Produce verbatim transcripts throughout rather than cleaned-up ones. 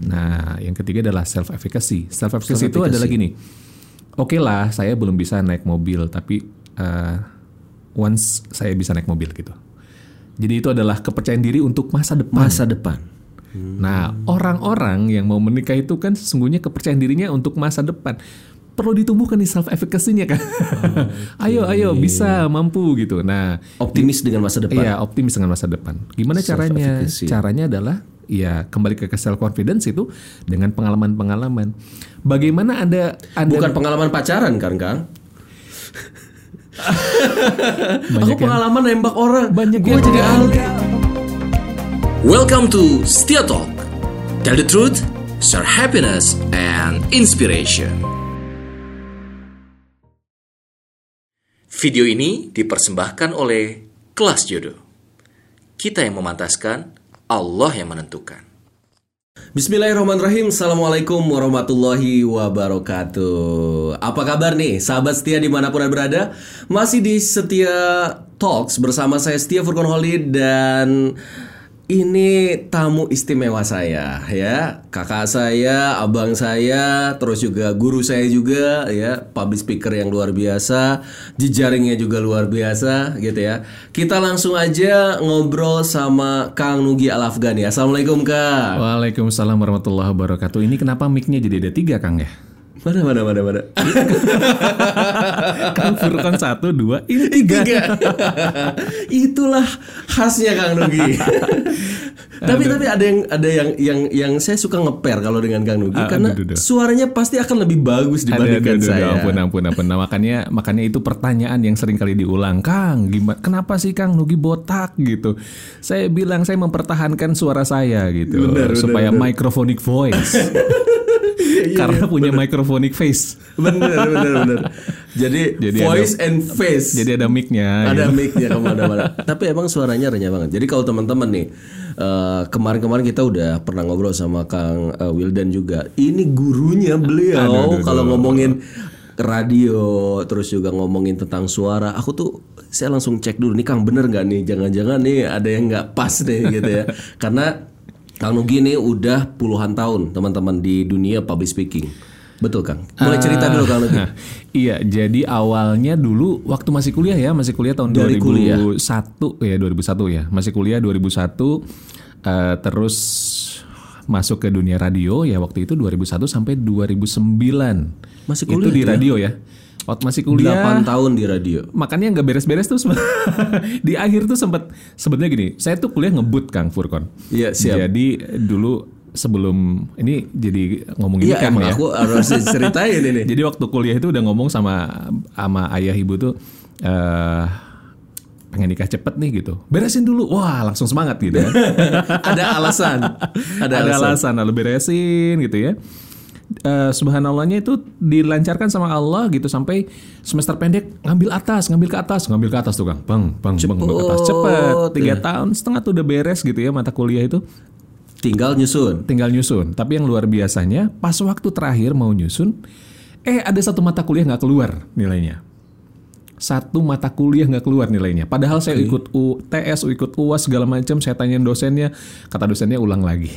Nah, yang ketiga adalah self efficacy. Self efficacy itu adalah gini. Oke okay lah, saya belum bisa naik mobil, tapi uh, once saya bisa naik mobil gitu. Jadi itu adalah kepercayaan diri untuk masa depan. Masa depan. Hmm. Nah, orang-orang yang mau menikah itu kan sesungguhnya kepercayaan dirinya untuk masa depan. Perlu ditumbuhkan nih self efficacy-nya kan. Oh, okay. ayo ayo bisa mampu gitu. Nah, optimis di, dengan masa depan. Iya, optimis dengan masa depan. Gimana caranya? Caranya adalah ya kembali ke self confidence itu dengan pengalaman-pengalaman. Bagaimana Anda, anda bukan pengalaman pacaran kan, Kang? Aku pengalaman yang, nembak orang. Banyak gue jadi ahli. Welcome to Setia Talk. Tell the truth, share happiness and inspiration. Video ini dipersembahkan oleh Kelas Jodoh. Kita yang memantaskan, Allah yang menentukan. Bismillahirrahmanirrahim. Assalamualaikum warahmatullahi wabarakatuh. Apa kabar nih sahabat setia dimanapun Anda berada? Masih di Setia Talks bersama saya Setia Furqan Holid. Dan ini tamu istimewa saya ya, kakak saya, abang saya, terus juga guru saya juga ya, public speaker yang luar biasa, jejaringnya juga luar biasa gitu ya. Kita langsung aja ngobrol sama Kang Nugi Al-Afghani. Assalamualaikum Kang. Waalaikumsalam warahmatullahi wabarakatuh. Ini kenapa mic-nya jadi ada tiga Kang ya? Mana mana mana mana. Kang Furqan satu dua ini tiga. tiga. Itulah khasnya Kang Nugi. tapi tapi ada yang ada yang yang yang saya suka ngeper kalau dengan Kang Nugi, uh, karena aduh, aduh. suaranya pasti akan lebih bagus dibandingkan aduh, aduh, saya. Aduh, ampun ampun ampun. Nah, makanya makanya itu pertanyaan yang sering kali diulang, Kang. Gimana? Kenapa sih Kang Nugi botak gitu? Saya bilang saya mempertahankan suara saya gitu, benar, supaya benar, microphonic voice. Karena iya, punya bener. Microphonic face. Bener bener bener. Jadi, jadi voice ada, and face. Jadi ada mic-nya. Ada gitu. mic-nya kemana-mana. Tapi emang suaranya renyah banget. Jadi kalau teman-teman nih, uh, kemarin-kemarin kita udah pernah ngobrol sama Kang uh, Wildan juga. Ini gurunya beliau kalau ngomongin radio, terus juga ngomongin tentang suara. Aku tuh saya langsung cek dulu nih Kang, bener nggak nih? Jangan-jangan nih ada yang nggak pas nih gitu ya. Karena Kang Nugi ini udah puluhan tahun teman-teman di dunia public speaking. Betul Kang? Mulai cerita dulu Kang Nugi. Iya, jadi awalnya dulu waktu masih kuliah ya, masih kuliah tahun Dari dua ribu satu kuliah. ya, dua ribu satu ya. Masih kuliah dua ribu satu uh, terus masuk ke dunia radio ya waktu itu dua ribu satu sampai dua ribu sembilan. Masih kuliah itu di radio ya? ya. Waktu masih kuliah delapan tahun di radio. Makanya nggak beres-beres tuh. Di akhir tuh sempat sebetulnya gini, saya tuh kuliah ngebut Kang Furqan. Iya siap. Jadi dulu sebelum ini jadi ngomongin iya, nikah emang ya. Aku harus ceritain ini. Jadi waktu kuliah itu udah ngomong sama sama ayah ibu tuh uh, pengen nikah cepet nih gitu. Beresin dulu. Wah, langsung semangat gitu ya. Ada alasan. Ada, Ada alasan. alasan lalu beresin gitu ya. Uh, subhanallahnya itu dilancarkan sama Allah gitu sampai semester pendek ngambil atas, ngambil ke atas, ngambil ke atas tuh Kang. Bang, bang, bang, ngambil ke atas cepet. Tiga tahun setengah tuh udah beres gitu ya mata kuliah itu. Tinggal nyusun. Tinggal nyusun. Tapi yang luar biasanya pas waktu terakhir mau nyusun, eh ada satu mata kuliah nggak keluar nilainya. Satu mata kuliah nggak keluar nilainya. Padahal okay. saya ikut U T S, ikut U A S segala macam. Saya tanyain dosennya, kata dosennya ulang lagi.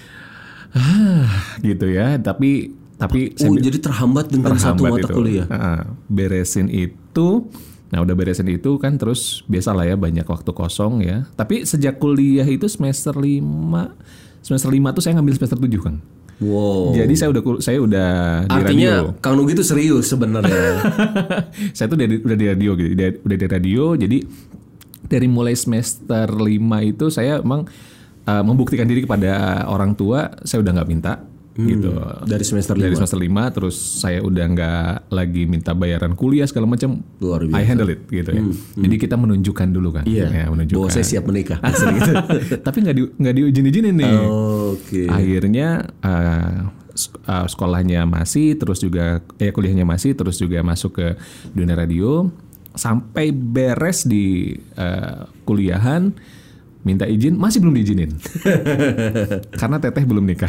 Ah, gitu ya. Tapi tapi oh, saya jadi terhambat dengan terhambat satu mata itu. kuliah. Nah, beresin itu. Nah, udah beresin itu kan terus biasalah ya banyak waktu kosong ya. Tapi sejak kuliah itu semester lima, semester lima tuh saya ngambil semester tujuh, Kang. Wow. Jadi saya udah saya udah Artinya, di radio. Kang Nugi itu serius sebenarnya. Saya tuh udah di, udah di radio gitu. Udah di radio. Jadi dari mulai semester lima itu saya emang Uh, membuktikan diri kepada orang tua, saya udah nggak minta hmm, gitu. Dari semester lima. Dari semester lima, terus saya udah nggak lagi minta bayaran kuliah segala macam. Luar biasa. I handle it gitu ya. Hmm, hmm. Jadi kita menunjukkan dulu kan. Iya. Ya, menunjukkan. Bahwa saya siap menikah. gitu. Tapi nggak di nggak diizin-izinin nih. Oh, Oke. Okay. Akhirnya uh, uh, sekolahnya masih, terus juga eh kuliahnya masih, terus juga masuk ke dunia radio sampai beres di uh, kuliahan. Minta izin, masih belum diizinin. Karena teteh belum nikah.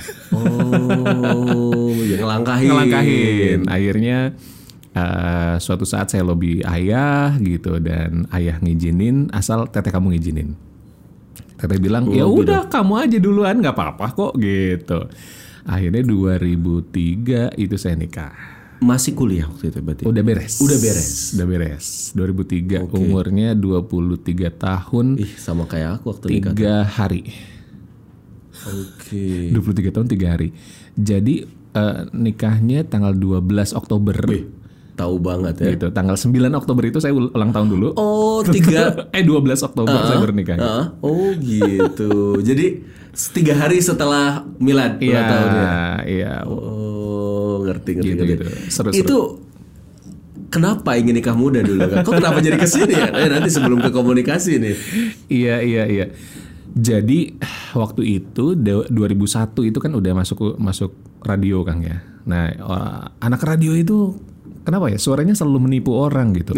Oh, ya ngelangkahin. Ngelangkahin. Akhirnya uh, suatu saat saya lobby ayah gitu. Dan ayah ngizinin asal teteh kamu ngizinin. Teteh bilang, ya udah kamu aja duluan, nggak apa-apa kok gitu. Akhirnya dua ribu tiga itu saya nikah. Masih kuliah waktu itu berarti? Udah beres. Udah beres. Udah beres. dua ribu tiga okay. Umurnya dua puluh tiga tahun. Ih, sama kayak aku waktu nikah. tiga hari. Oke. Okay. dua puluh tiga tahun tiga hari. Jadi uh, nikahnya tanggal dua belas Oktober. Wih, tahu banget ya. Gitu. Tanggal sembilan Oktober itu saya ulang tahun dulu. Oh, tiga eh dua belas Oktober uh, saya bernikah. Uh, oh, gitu. Jadi tiga hari setelah milad ulang yeah, tahunnya. Iya. Oh, ngerti ngerti gitu, ngerti. Gitu. Seru, seru. Itu kenapa ingin nikah muda dulu kan? Kok kenapa jadi kesini ya? Eh, nanti sebelum ke komunikasi nih. Iya iya iya. Jadi waktu itu dua ribu satu itu kan udah masuk masuk radio Kang ya. Nah anak radio itu kenapa ya suaranya selalu menipu orang gitu.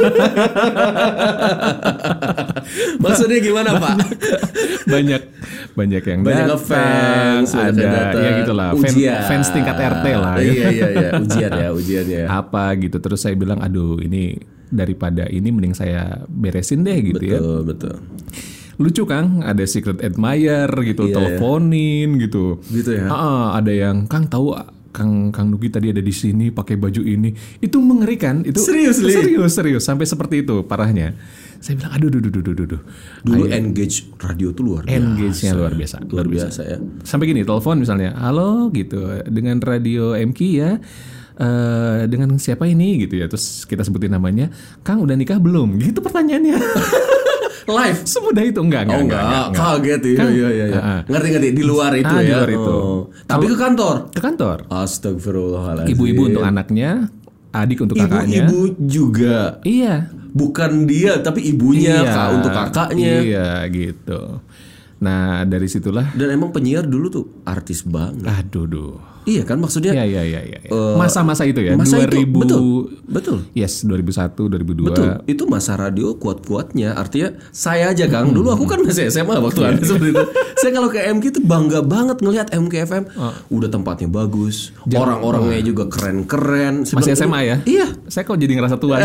Maksudnya gimana Pak? Banyak banyak yang banyak datang, fans, ada datang, ya gitulah fan, fans tingkat R T lah. Iya iya iya ujian ya ujian ya. Apa gitu terus saya bilang aduh ini daripada ini mending saya beresin deh gitu betul, ya. Betul betul. Lucu Kang, ada secret admirer gitu, iya, teleponin ya. gitu. Gitu ya. Ah, ada yang Kang tahu Kang Kang Nugi tadi ada di sini pakai baju ini. Itu mengerikan. Itu serius, serius, serius sampai seperti itu parahnya. Saya bilang aduh duh duh duh duh duh. Dulu Ayo. engage radio tuh luar biasa. Engage-nya luar biasa. Luar biasa ya. Sampai gini, telepon misalnya, "Halo," gitu, "dengan radio M Q ya. Uh, dengan siapa ini?" gitu ya. Terus kita sebutin namanya, "Kang udah nikah belum?" Gitu pertanyaannya. Live semudah itu enggak enggak oh, enggak, enggak, enggak. Kaget ya, kan, iya iya iya. Uh, ngerti ngerti di luar itu ah, ya. Di luar itu. Oh. Tapi ke kantor. Ke kantor. Astagfirullahaladzim. Ibu-ibu untuk anaknya, adik untuk ibu, kakaknya. Ibu juga. Iya. Bukan dia tapi ibunya iya, kak untuk kakaknya. Iya gitu. Nah dari situlah. Dan emang penyiar dulu tuh artis banget. Aduh duh. Iya kan maksudnya. Iya iya iya. iya. Uh, masa-masa itu ya. Masa dua ribu, itu betul. Betul. Yes dua ribu satu dua ribu dua. Betul. Itu masa radio kuat-kuatnya. Artinya saya aja Kang. Dulu aku kan masih S M A waktu ada seperti itu. Saya kalau ke M Q itu bangga banget ngelihat M Q F M. Uh. Udah tempatnya bagus. Jangan, orang-orangnya uh. juga keren-keren. Masih S M A ya? Iya. Saya kok jadi ngerasa tua.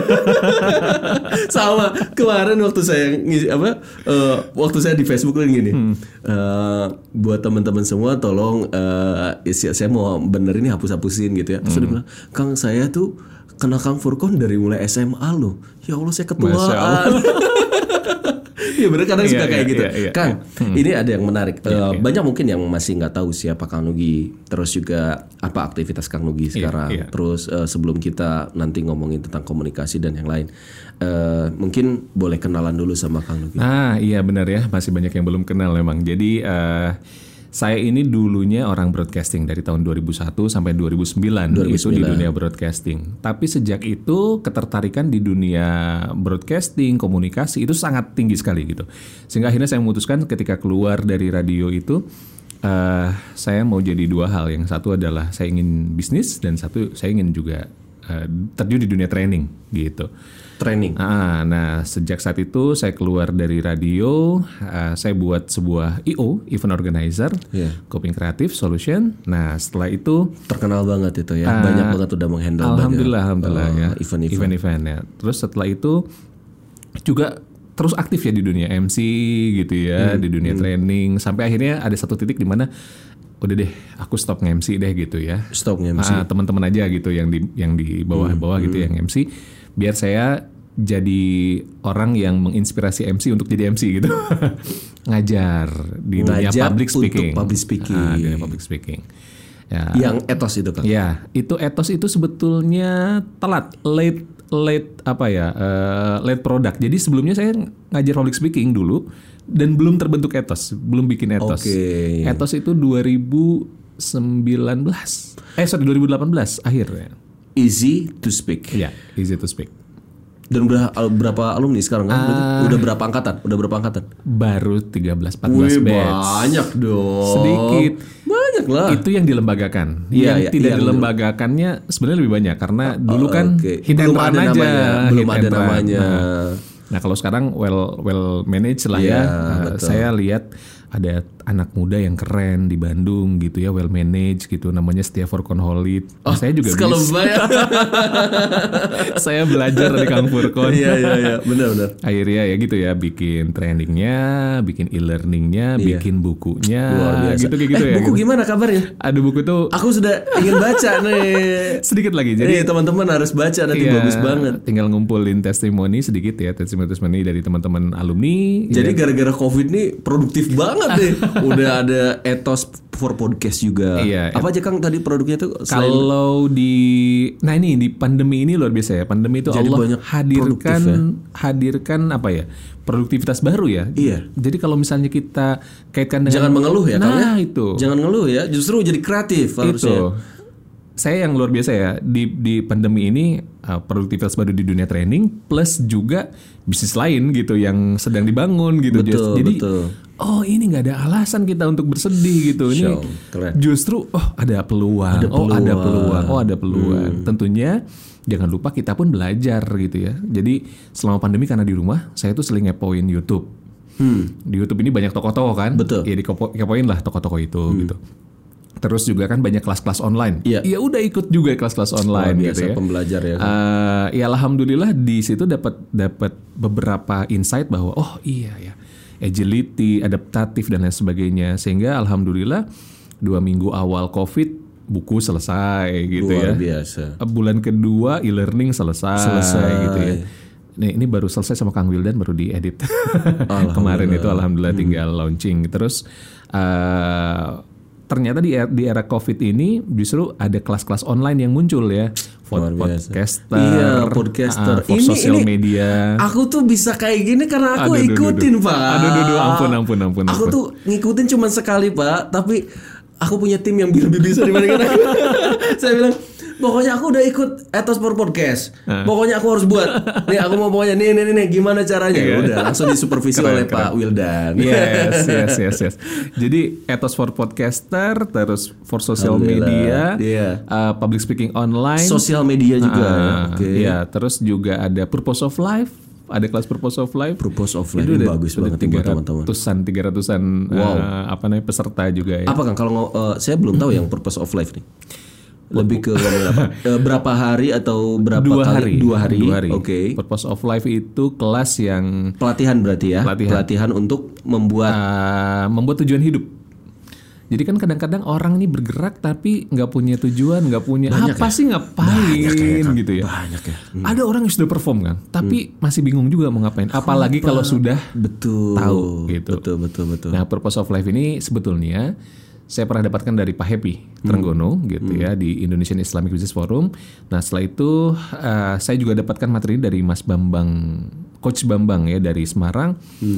Sama kemarin waktu saya ngisi apa? Uh, waktu saya di Facebook kan gini. Hmm. Uh, buat teman-teman semua tolong uh, isi saya mau bener ini hapus-hapusin gitu ya. Terus hmm. dia bilang, Kang saya tuh kenal Kang Furkon dari mulai S M A loh. Ya Allah saya ketuaan. Iya bener kadang suka kayak gitu. Iya, iya, Kang, iya. ini ada yang menarik. Iya, uh, iya. Banyak mungkin yang masih nggak tahu siapa Kang Nugi. Terus juga apa aktivitas Kang Nugi sekarang. Iya, iya. Terus uh, sebelum kita nanti ngomongin tentang komunikasi dan yang lain, uh, mungkin boleh kenalan dulu sama Kang Nugi. Ah iya benar ya, masih banyak yang belum kenal memang. Jadi uh, saya ini dulunya orang broadcasting dari tahun dua ribu satu sampai dua ribu sembilan, dua ribu sembilan itu di dunia broadcasting. Tapi sejak itu ketertarikan di dunia broadcasting, komunikasi itu sangat tinggi sekali gitu. Sehingga akhirnya saya memutuskan ketika keluar dari radio itu uh, saya mau jadi dua hal. Yang satu adalah saya ingin bisnis dan satu saya ingin juga uh, terjun di dunia training gitu. Training. Ah, nah sejak saat itu saya keluar dari radio, uh, saya buat sebuah I O, event organizer, yeah. Coping Creative Solution. Nah setelah itu terkenal banget itu ya, uh, banyak banget udah menghandle. Alhamdulillah, alhamdulillah uh, ya. Event-event. Event-event ya. Terus setelah itu juga terus aktif ya di dunia M C gitu ya, hmm, di dunia hmm. training. Sampai akhirnya ada satu titik di mana udah deh, aku stop nge-M C deh gitu ya. Stop nge-M C. Uh, teman-teman aja gitu yang di yang di bawah-bawah hmm, gitu hmm. yang M C. Biar saya jadi orang yang menginspirasi M C untuk jadi M C gitu. Ngajar di dunia Ngajar public speaking. Untuk public speaking. Ah, dunia public speaking. Ya. Yang etos itu kan. Ya, itu etos itu sebetulnya telat, late late apa ya? Uh, late product. Jadi sebelumnya saya ngajar public speaking dulu dan belum terbentuk etos, belum bikin etos. Okay. Etos itu dua ribu sembilan belas. Eh sorry dua ribu delapan belas akhirnya. Easy to speak. Ya, easy to speak. Dan udah berapa alumni sekarang kan? Uh, udah berapa angkatan? Udah berapa angkatan? Baru tiga belas empat belas Wih, batch. Banyak dong. Sedikit. Banyak lah. Itu yang dilembagakan. Iya, yang iya, tidak iya, dilembagakannya sebenarnya lebih banyak karena dulu kan okay. hit belum and run ada aja, namanya, belum hit ada and namanya. Nah, nah kalau sekarang well well managed lah yeah, ya. Uh, saya lihat ada anak muda yang keren di Bandung gitu ya, well managed gitu, namanya Setia Furkonholid. Oh, saya juga Kalau bisa. banyak. Saya belajar dari Kang Furkon. Iya iya iya, benar-benar. Akhirnya ya gitu ya, bikin trainingnya, bikin e-learningnya, Iya. bikin bukunya, Luar biasa. gitu gitu eh, ya. buku gitu. gimana kabarnya? Ada buku tuh Aku sudah ingin baca nih. sedikit lagi. Jadi Jadi teman-teman harus baca nanti, iya, bagus banget. tinggal ngumpulin testimoni sedikit ya, testimoni-testimoni dari teman-teman alumni. Jadi gara-gara COVID nih produktif banget nih. Udah ada Ethos for Podcast juga. Iya. Apa aja Kang tadi produknya tuh? Selain Kalau di, nah ini di pandemi ini luar biasa ya. Pandemi itu Jadi Allah banyak hadirkan, produktif ya. hadirkan apa ya? Produktivitas baru ya. Iya. Jadi kalau misalnya kita kaitkan dengan, jangan mengeluh ya Kang ya. nah itu, Jangan ngeluh ya, justru jadi kreatif itu. harusnya. Saya yang luar biasa ya di di pandemi ini uh, produktivitas baru di dunia training plus juga bisnis lain gitu yang sedang dibangun gitu. Betul, Jadi betul. oh ini nggak ada alasan kita untuk bersedih gitu. Ini Show, keren. justru oh ada peluang. Ada Oh ada peluang. peluang. Oh ada peluang. Tentunya jangan lupa kita pun belajar gitu ya. Jadi selama pandemi karena di rumah saya tuh sering ngepoin YouTube. Hmm. Di YouTube ini banyak toko-toko kan. Betul. Ya dikepoin lah toko-toko itu gitu. Terus juga kan banyak kelas-kelas online. Iya. Ya udah ikut juga kelas-kelas online Luar gitu biasa ya. pembelajar ya. Kang. Eh, ya alhamdulillah di situ dapat dapat beberapa insight bahwa oh iya ya, agility, adaptatif dan lain sebagainya. Sehingga alhamdulillah dua minggu awal COVID buku selesai gitu Luar ya. biasa. Eh, Bulan kedua e-learning selesai, Selesai. gitu ya. Nih, ini baru selesai sama Kang Wildan, baru diedit. Kemarin itu alhamdulillah tinggal launching. Terus eh, ternyata di era, di era COVID ini justru ada kelas-kelas online yang muncul ya. Luar biasa. Podcaster, Iya, podcaster. ah, for Ini- social ini- media. Aku tuh bisa kayak gini karena aku Aduh, aduh, ikutin aduh. Pak. Aduh, aduh, aduh, ampun, ampun, ampun, Aku ampun. tuh ngikutin cuma sekali Pak, tapi aku punya tim yang lebih bisa dibandingkan aku. Saya bilang, pokoknya aku udah ikut Ethos for Podcast. Pokoknya aku harus buat. Nih aku mau pokoknya nih nih nih, nih gimana caranya? Ya udah langsung disupervisi Keren, oleh keren. Pak Wildan. Yes, yes, yes, yes. Jadi Ethos for Podcaster, terus for social media, Alhamdulillah, iya. uh, public speaking online, Sosial media juga. ya. Ah, Oke. ya, terus juga ada Purpose of Life, ada kelas Purpose of Life. Purpose of Life Itu ini udah- bagus udah banget nih buat teman-teman. tiga ratusan, tiga ratusan Wow. uh, apa namanya peserta juga ya. Apa Kang kalau ngo- eh, saya belum tahu yang Purpose of Life nih. Lebih ke ngomongin apa? Eh, berapa hari atau berapa Dua kali? hari. Dua hari. Dua hari. Oke. Purpose of Life itu kelas yang Pelatihan berarti ya. Pelatihan. untuk membuat uh, membuat tujuan hidup. Jadi kan kadang-kadang orang nih bergerak tapi nggak punya tujuan, nggak punya apa sih ngapain gitu ya. banyak ya. Ada orang yang sudah perform kan, tapi masih bingung juga mau ngapain. Apalagi kalau sudah Betul. tahu gitu. Betul betul betul. Nah, Purpose of Life ini sebetulnya saya pernah dapatkan dari Pak Happy Trenggono gitu ya di Indonesian Islamic Business Forum. Nah, setelah itu uh, saya juga dapatkan materi dari Mas Bambang, Coach Bambang ya dari Semarang.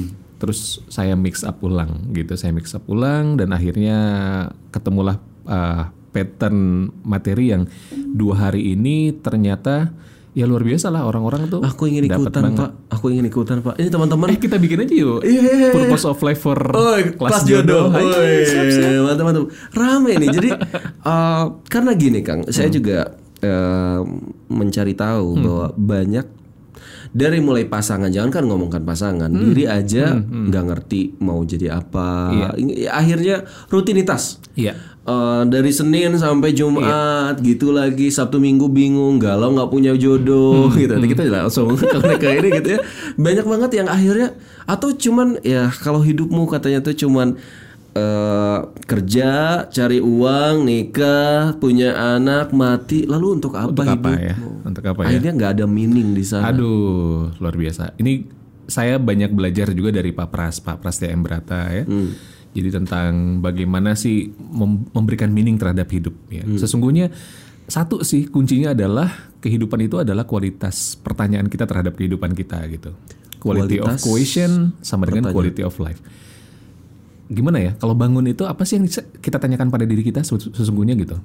Terus saya mix up ulang gitu. Saya mix up ulang dan akhirnya ketemulah uh, pattern materi yang dua hari ini ternyata ya luar biasa lah orang-orang tuh. Aku ingin dapat ikutan banget. Pak. Aku ingin ikutan Pak. Ini teman-teman. Eh kita bikin aja yuk. Iya, iya, iya. Purpose of Life for Oh, kelas jodoh. Ayo, Woi, siap, siap. mantap mantap. Rame nih. Jadi eh, karena gini Kang, saya juga eh, mencari tahu bahwa banyak dari mulai pasangan, jangan kan ngomongkan pasangan, diri aja nggak ngerti mau jadi apa. Ini- Akhirnya rutinitas. Iya. Eh, dari Senin sampai Jumat gitu lagi, Sabtu Minggu bingung, galau nggak punya jodoh gitu. Nanti kita langsung ke ke ini gitu ya. Banyak banget yang akhirnya atau cuman ya kalau hidupmu katanya tuh cuman eh, kerja, cari uang, nikah, punya anak, mati, lalu untuk apa Untuk apa hidupmu? ya? Untuk apa ya? Akhirnya nggak ada meaning di sana. Aduh, luar biasa. Ini saya banyak belajar juga dari Pak Pras, Pak Prastia M. Brata ya. Jadi tentang bagaimana sih mem- memberikan meaning terhadap hidup ya. Sesungguhnya satu sih kuncinya adalah kehidupan itu adalah kualitas pertanyaan kita terhadap kehidupan kita gitu. Quality Kualitas of question sama dengan quality of life. Gimana ya? Kalau bangun itu apa sih yang kita tanyakan pada diri kita sesungguhnya gitu?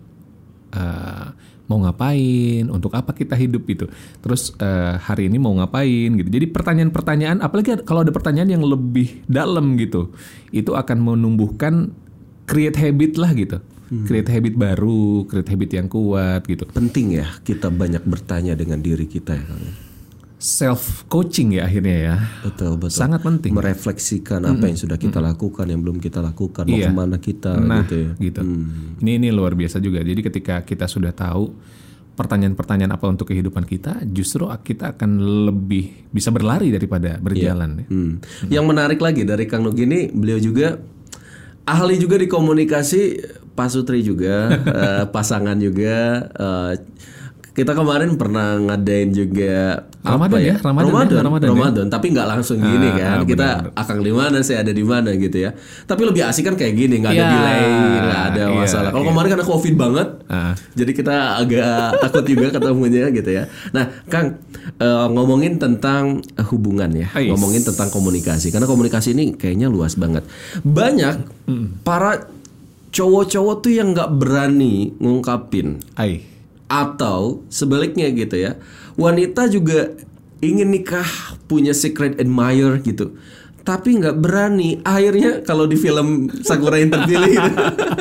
Uh, mau ngapain, untuk apa kita hidup gitu. Terus uh, hari ini mau ngapain gitu. Jadi pertanyaan-pertanyaan, apalagi kalau ada pertanyaan yang lebih dalam gitu, itu akan menumbuhkan create habit lah gitu. Hmm. Create habit baru, create habit yang kuat gitu. Penting ya kita banyak bertanya dengan diri kita ya Kang. self coaching ya akhirnya ya. Betul, betul. Sangat penting. Merefleksikan apa yang sudah kita lakukan, yang belum kita lakukan, mau Iya. kemana kita Nah, gitu ya. gitu. Ini ini luar biasa juga. Jadi ketika kita sudah tahu pertanyaan-pertanyaan apa untuk kehidupan kita, justru kita akan lebih bisa berlari daripada berjalan. Ya. Hmm. Yang menarik lagi dari Kang Nugi ini, beliau juga ahli juga di komunikasi, Pak Sutri juga, eh, pasangan juga. eh, kita kemarin pernah ngadain juga Ramadan apa ya, Ramadan ya, Ramadan, Ramadan ya. Ramadan, tapi nggak langsung gini Ah, kan. ah, Kita benar-benar. akang di mana, saya ada di mana gitu ya. Tapi lebih asik kan kayak gini, nggak ada Iya, delay, nggak ada iya, masalah. Kalau iya. kemarin karena COVID banget, Ah. jadi kita agak takut juga ketemunya gitu ya. Nah, Kang, eh, ngomongin tentang eh, hubungan ya, Ais. ngomongin tentang komunikasi. Karena komunikasi ini kayaknya luas banget. Banyak para cowok-cowok tuh yang nggak berani ngungkapin, Ai. atau sebaliknya gitu ya. Wanita juga ingin nikah, punya secret admirer gitu, tapi nggak berani. Akhirnya kalau di film Sakura yang terpilih itu,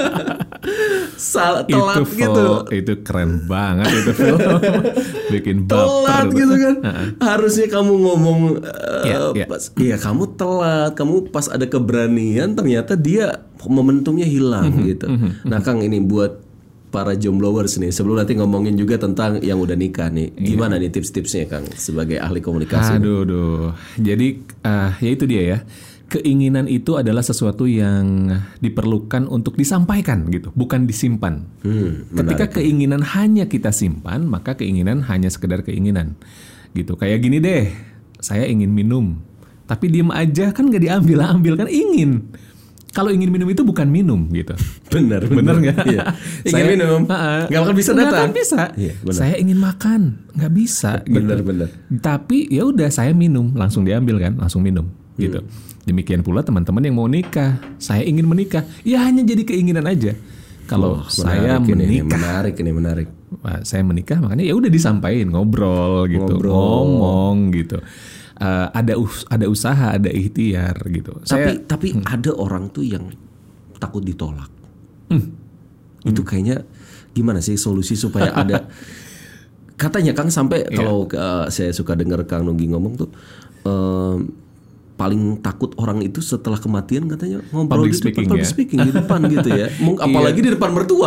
salah telat itu gitu. Vo, itu keren banget itu film. Bikin Telat baper. gitu kan. Harusnya kamu ngomong eh, Iya, iya. pas iya kamu telat, kamu pas ada keberanian ternyata dia momentumnya hilang gitu. Nah, Kang, ini buat para jombloers nih, sebelum nanti ngomongin juga tentang yang udah nikah nih, gimana nih tips-tipsnya Kang sebagai ahli komunikasi? Aduh, duh. Jadi eh, ya itu dia ya. Keinginan itu adalah sesuatu yang diperlukan untuk disampaikan gitu, bukan disimpan. Hmm, Ketika keinginan hanya kita simpan, maka keinginan hanya sekedar keinginan. Gitu. Kayak gini deh, saya ingin minum, tapi diem aja kan nggak diambil-ambil kan ingin. Kalau ingin minum itu bukan minum gitu. benar, Bener nggak? Iya. Ingin minum, Ha-ha. nggak akan bisa Nggak datang. akan bisa. Iya, benar. Saya ingin makan, nggak bisa. Bener, gitu. bener. Tapi ya udah saya minum, langsung diambil kan, langsung minum. Gitu. Hmm. Demikian pula teman-teman yang mau nikah, saya ingin menikah, ya hanya jadi keinginan aja. Kalau Wah, saya menarik ini, menikah, menarik ini menarik. Wah, saya menikah makanya ya udah disampaikan, ngobrol gitu, Ngobrol. ngomong gitu. Eh, ada us- ada usaha, ada ikhtiar gitu. Tapi Saya tapi ada orang tuh yang takut ditolak. Hmm. Itu kayaknya gimana sih solusi supaya ada katanya Kang sampai Iya. kalau uh, saya suka dengar Kang Nugi ngomong tuh um, paling takut orang itu setelah kematian katanya ngobrol Public di depan speaking, public ya. speaking di depan gitu ya. Mung- apalagi di depan mertua.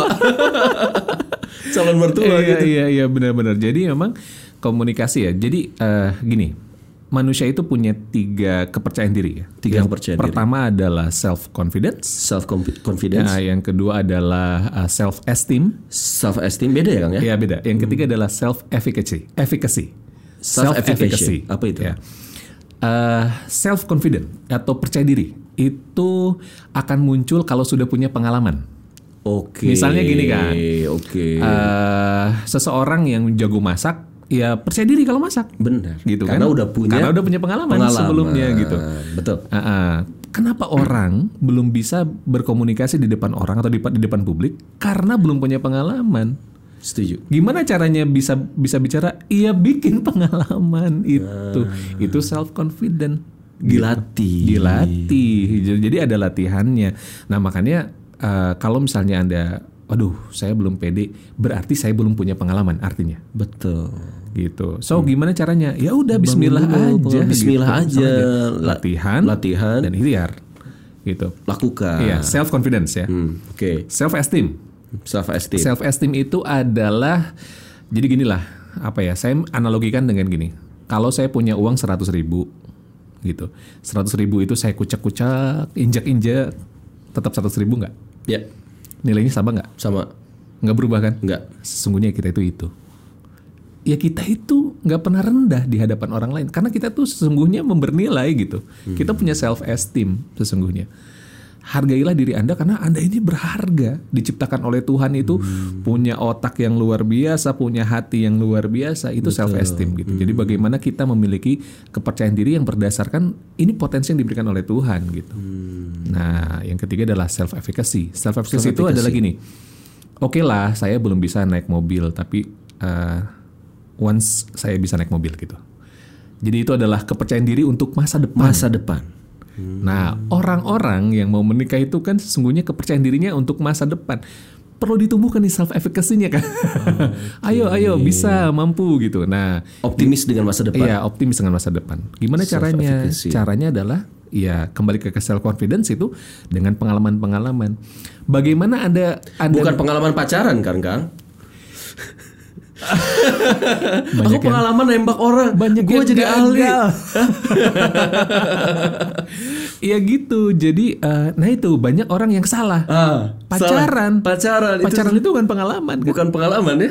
Calon mertua iya, gitu. iya iya benar-benar. Jadi memang komunikasi ya. Jadi eh, gini, manusia itu punya tiga kepercayaan diri ya. Tiga Yang kepercayaan diri. pertama adalah self confidence. Self confidence, Nah, yang kedua adalah self esteem. self esteem beda ya Kang ya? Ya beda. Yang ketiga adalah self efficacy. Efficacy. Self-efficacy. Apa itu? Ya. self confident atau percaya diri itu akan muncul kalau sudah punya pengalaman. Oke. Misalnya gini kan. Oke. Eh, seseorang yang jago masak, ya percaya diri kalau masak. Benar. Gitu Karena kan? udah punya Karena udah punya pengalaman, pengalaman. sebelumnya gitu. Betul. Ah, ah. Kenapa orang belum bisa berkomunikasi di depan orang atau di, di depan publik? Karena belum punya pengalaman. Setuju. Gimana caranya bisa bisa bicara? Iya bikin pengalaman itu. Itu self confident. Dilatih. Dilatih. Jadi ada latihannya. Nah makanya eh, kalau misalnya Anda, waduh saya belum pede, berarti saya belum punya pengalaman artinya. Betul. Gitu. So gimana caranya? Ya udah Bismillah dulu, aja. Bismillah gitu. aja. Sama Latihan, Latihan. dan ikhtiar. Gitu. Lakukan. Iya, self confidence ya. Hmm, Oke. Self esteem. Self esteem. Self esteem itu adalah, jadi gini lah, apa ya? Saya analogikan dengan gini. Kalau saya punya uang seratus ribu, gitu. Seratus ribu itu saya kucek-kucek, injak-injak, tetap seratus ribu nggak? Ya. Nilainya sama nggak? Sama. Nggak berubah kan? Enggak. Sesungguhnya kita itu itu. Ya kita itu nggak pernah rendah di hadapan orang lain karena kita tuh sesungguhnya membernilai gitu. Kita punya self esteem sesungguhnya. Hargailah diri Anda karena Anda ini berharga, diciptakan oleh Tuhan itu punya otak yang luar biasa, punya hati yang luar biasa, itu self esteem gitu. Jadi bagaimana kita memiliki kepercayaan diri yang berdasarkan ini potensi yang diberikan oleh Tuhan gitu. Nah, yang ketiga adalah self efficacy. Self efficacy itu adalah gini. Oke lah, saya belum bisa naik mobil, tapi uh, once saya bisa naik mobil gitu. Jadi itu adalah kepercayaan diri untuk masa depan. Masa depan. Nah, orang-orang yang mau menikah itu kan sesungguhnya kepercayaan dirinya untuk masa depan. perlu ditumbuhkan nih self efficacy-nya kan. ayo ayo bisa mampu gitu. Nah, Optimis dengan masa depan. iya, optimis dengan masa depan. Gimana caranya? Self-efficacy. Caranya adalah ya kembali ke self confidence itu dengan pengalaman-pengalaman. Bagaimana ada ada Bukan pengalaman pacaran kan, Kang? banyak Aku pengalaman nembak orang. banyak Gue yang jadi ahli. gagal. Iya gitu. Jadi eh, nah itu banyak orang yang salah. Ah, Pacaran. salah. Pacaran. Itu Pacaran itu bukan pengalaman kan? bukan pengalaman ya.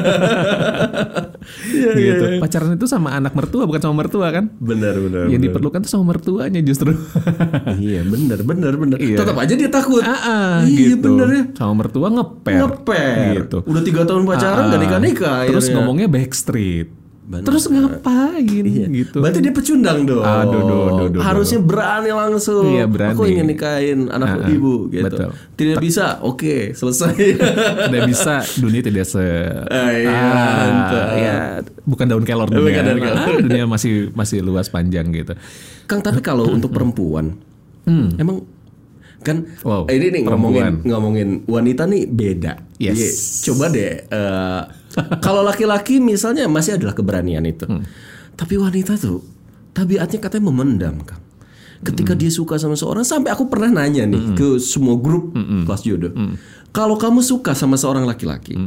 Iya, iya, Gitu. iya. Pacaran itu sama anak mertua bukan sama mertua kan? Benar, benar. Yang benar. diperlukan tuh sama mertuanya justru. Iya, benar, benar, benar. Iya. Tetap aja dia takut. Ah, ah, Iya, gitu. benar ya. Sama mertua ngeper. Ngeper. Gitu. Udah tiga tahun pacaran Ah, gak nikah-nikah. Terus akhirnya. ngomongnya backstreet. Benar. Terus ngapain Iya. gitu? Berarti dia pecundang dong. Aduh, duh, duh, duh, Harusnya berani langsung. Iya, berani. Aku ingin nikahin anak Ah, ah. ibu gitu. Betul. Tidak bisa. Oke, selesai. Tidak bisa, dunia tidak se Ah, iya, mantap. ya, bukan daun kelor dunia. Bukan daun kelor. Ah, dunia masih masih luas panjang gitu. Kang, tapi kalau untuk perempuan, emang kan Wow, eh, ini nih perempuan. ngomongin ngomongin wanita nih beda. Yes. Iya, coba deh. eh, kalau laki-laki misalnya masih adalah keberanian itu, tapi wanita tuh tabiatnya katanya memendam, Kang. Ketika dia suka sama seorang, sampai aku pernah nanya nih ke semua grup kelas jodoh, kalau kamu suka sama seorang laki-laki,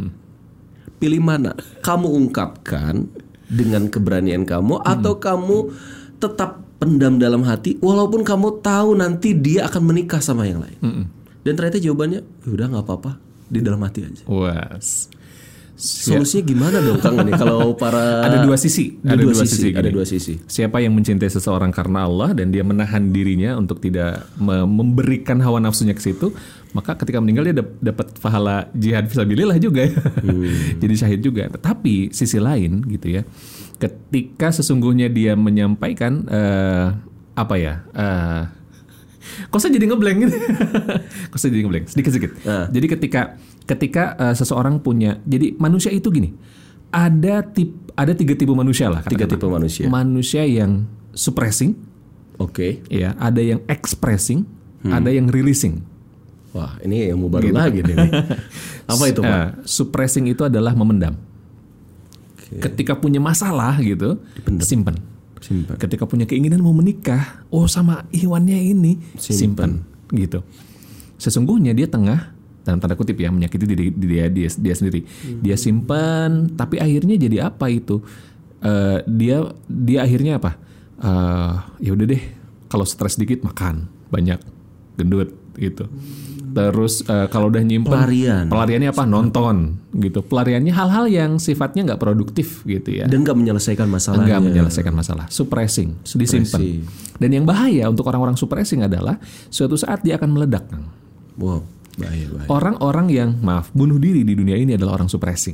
pilih mana? Kamu ungkapkan dengan keberanian kamu, atau kamu tetap pendam dalam hati, walaupun kamu tahu nanti dia akan menikah sama yang lain. Dan ternyata jawabannya, "Ya udah nggak apa-apa, di dalam hati aja." Was. Solusinya gimana dong, Kang, ini kalau para Ada dua sisi, ada, dua, sisi, gini. ada dua sisi. Siapa yang mencintai seseorang karena Allah dan dia menahan dirinya untuk tidak me- memberikan hawa nafsunya ke situ, maka ketika meninggal dia dap- dapat pahala jihad fisabilillah juga ya. Jadi syahid juga. Tetapi sisi lain gitu ya. Ketika sesungguhnya dia menyampaikan eh, apa ya? Eh, kok saya jadi ngeblank gitu? Kok saya jadi ngeblank? Sedikit-sedikit. Ah. Jadi ketika ketika uh, seseorang punya, jadi manusia itu gini, ada tip, ada tiga tipe manusia lah. Tiga katakanlah. tipe manusia. Manusia yang suppressing, Oke. ya, ada yang expressing, ada yang releasing. Wah, ini yang mau baru lagi nih. Apa itu, Pak? Uh, suppressing itu adalah memendam. Ketika punya masalah gitu, simpan. Simpan. Ketika punya keinginan mau menikah, oh sama Iwannya ini, simpan, gitu. Sesungguhnya dia tengah dalam tanda kutip ya menyakiti diri dia dia, dia sendiri. Dia simpan, tapi akhirnya jadi apa itu? Uh, dia dia akhirnya apa? Uh, ya udah deh, kalau stres dikit makan banyak, gendut gitu. Terus uh, kalau udah nyimpen Pelarian. pelariannya apa? Nonton gitu. Pelariannya hal-hal yang sifatnya nggak produktif gitu ya. Dan nggak menyelesaikan masalahnya. Enggak menyelesaikan masalah. Suppressing, disimpan. Suppressing. Dan yang bahaya untuk orang-orang suppressing adalah suatu saat dia akan meledak. Kang. Wow, bahaya, bahaya. Orang-orang yang maaf bunuh diri di dunia ini adalah orang suppressing.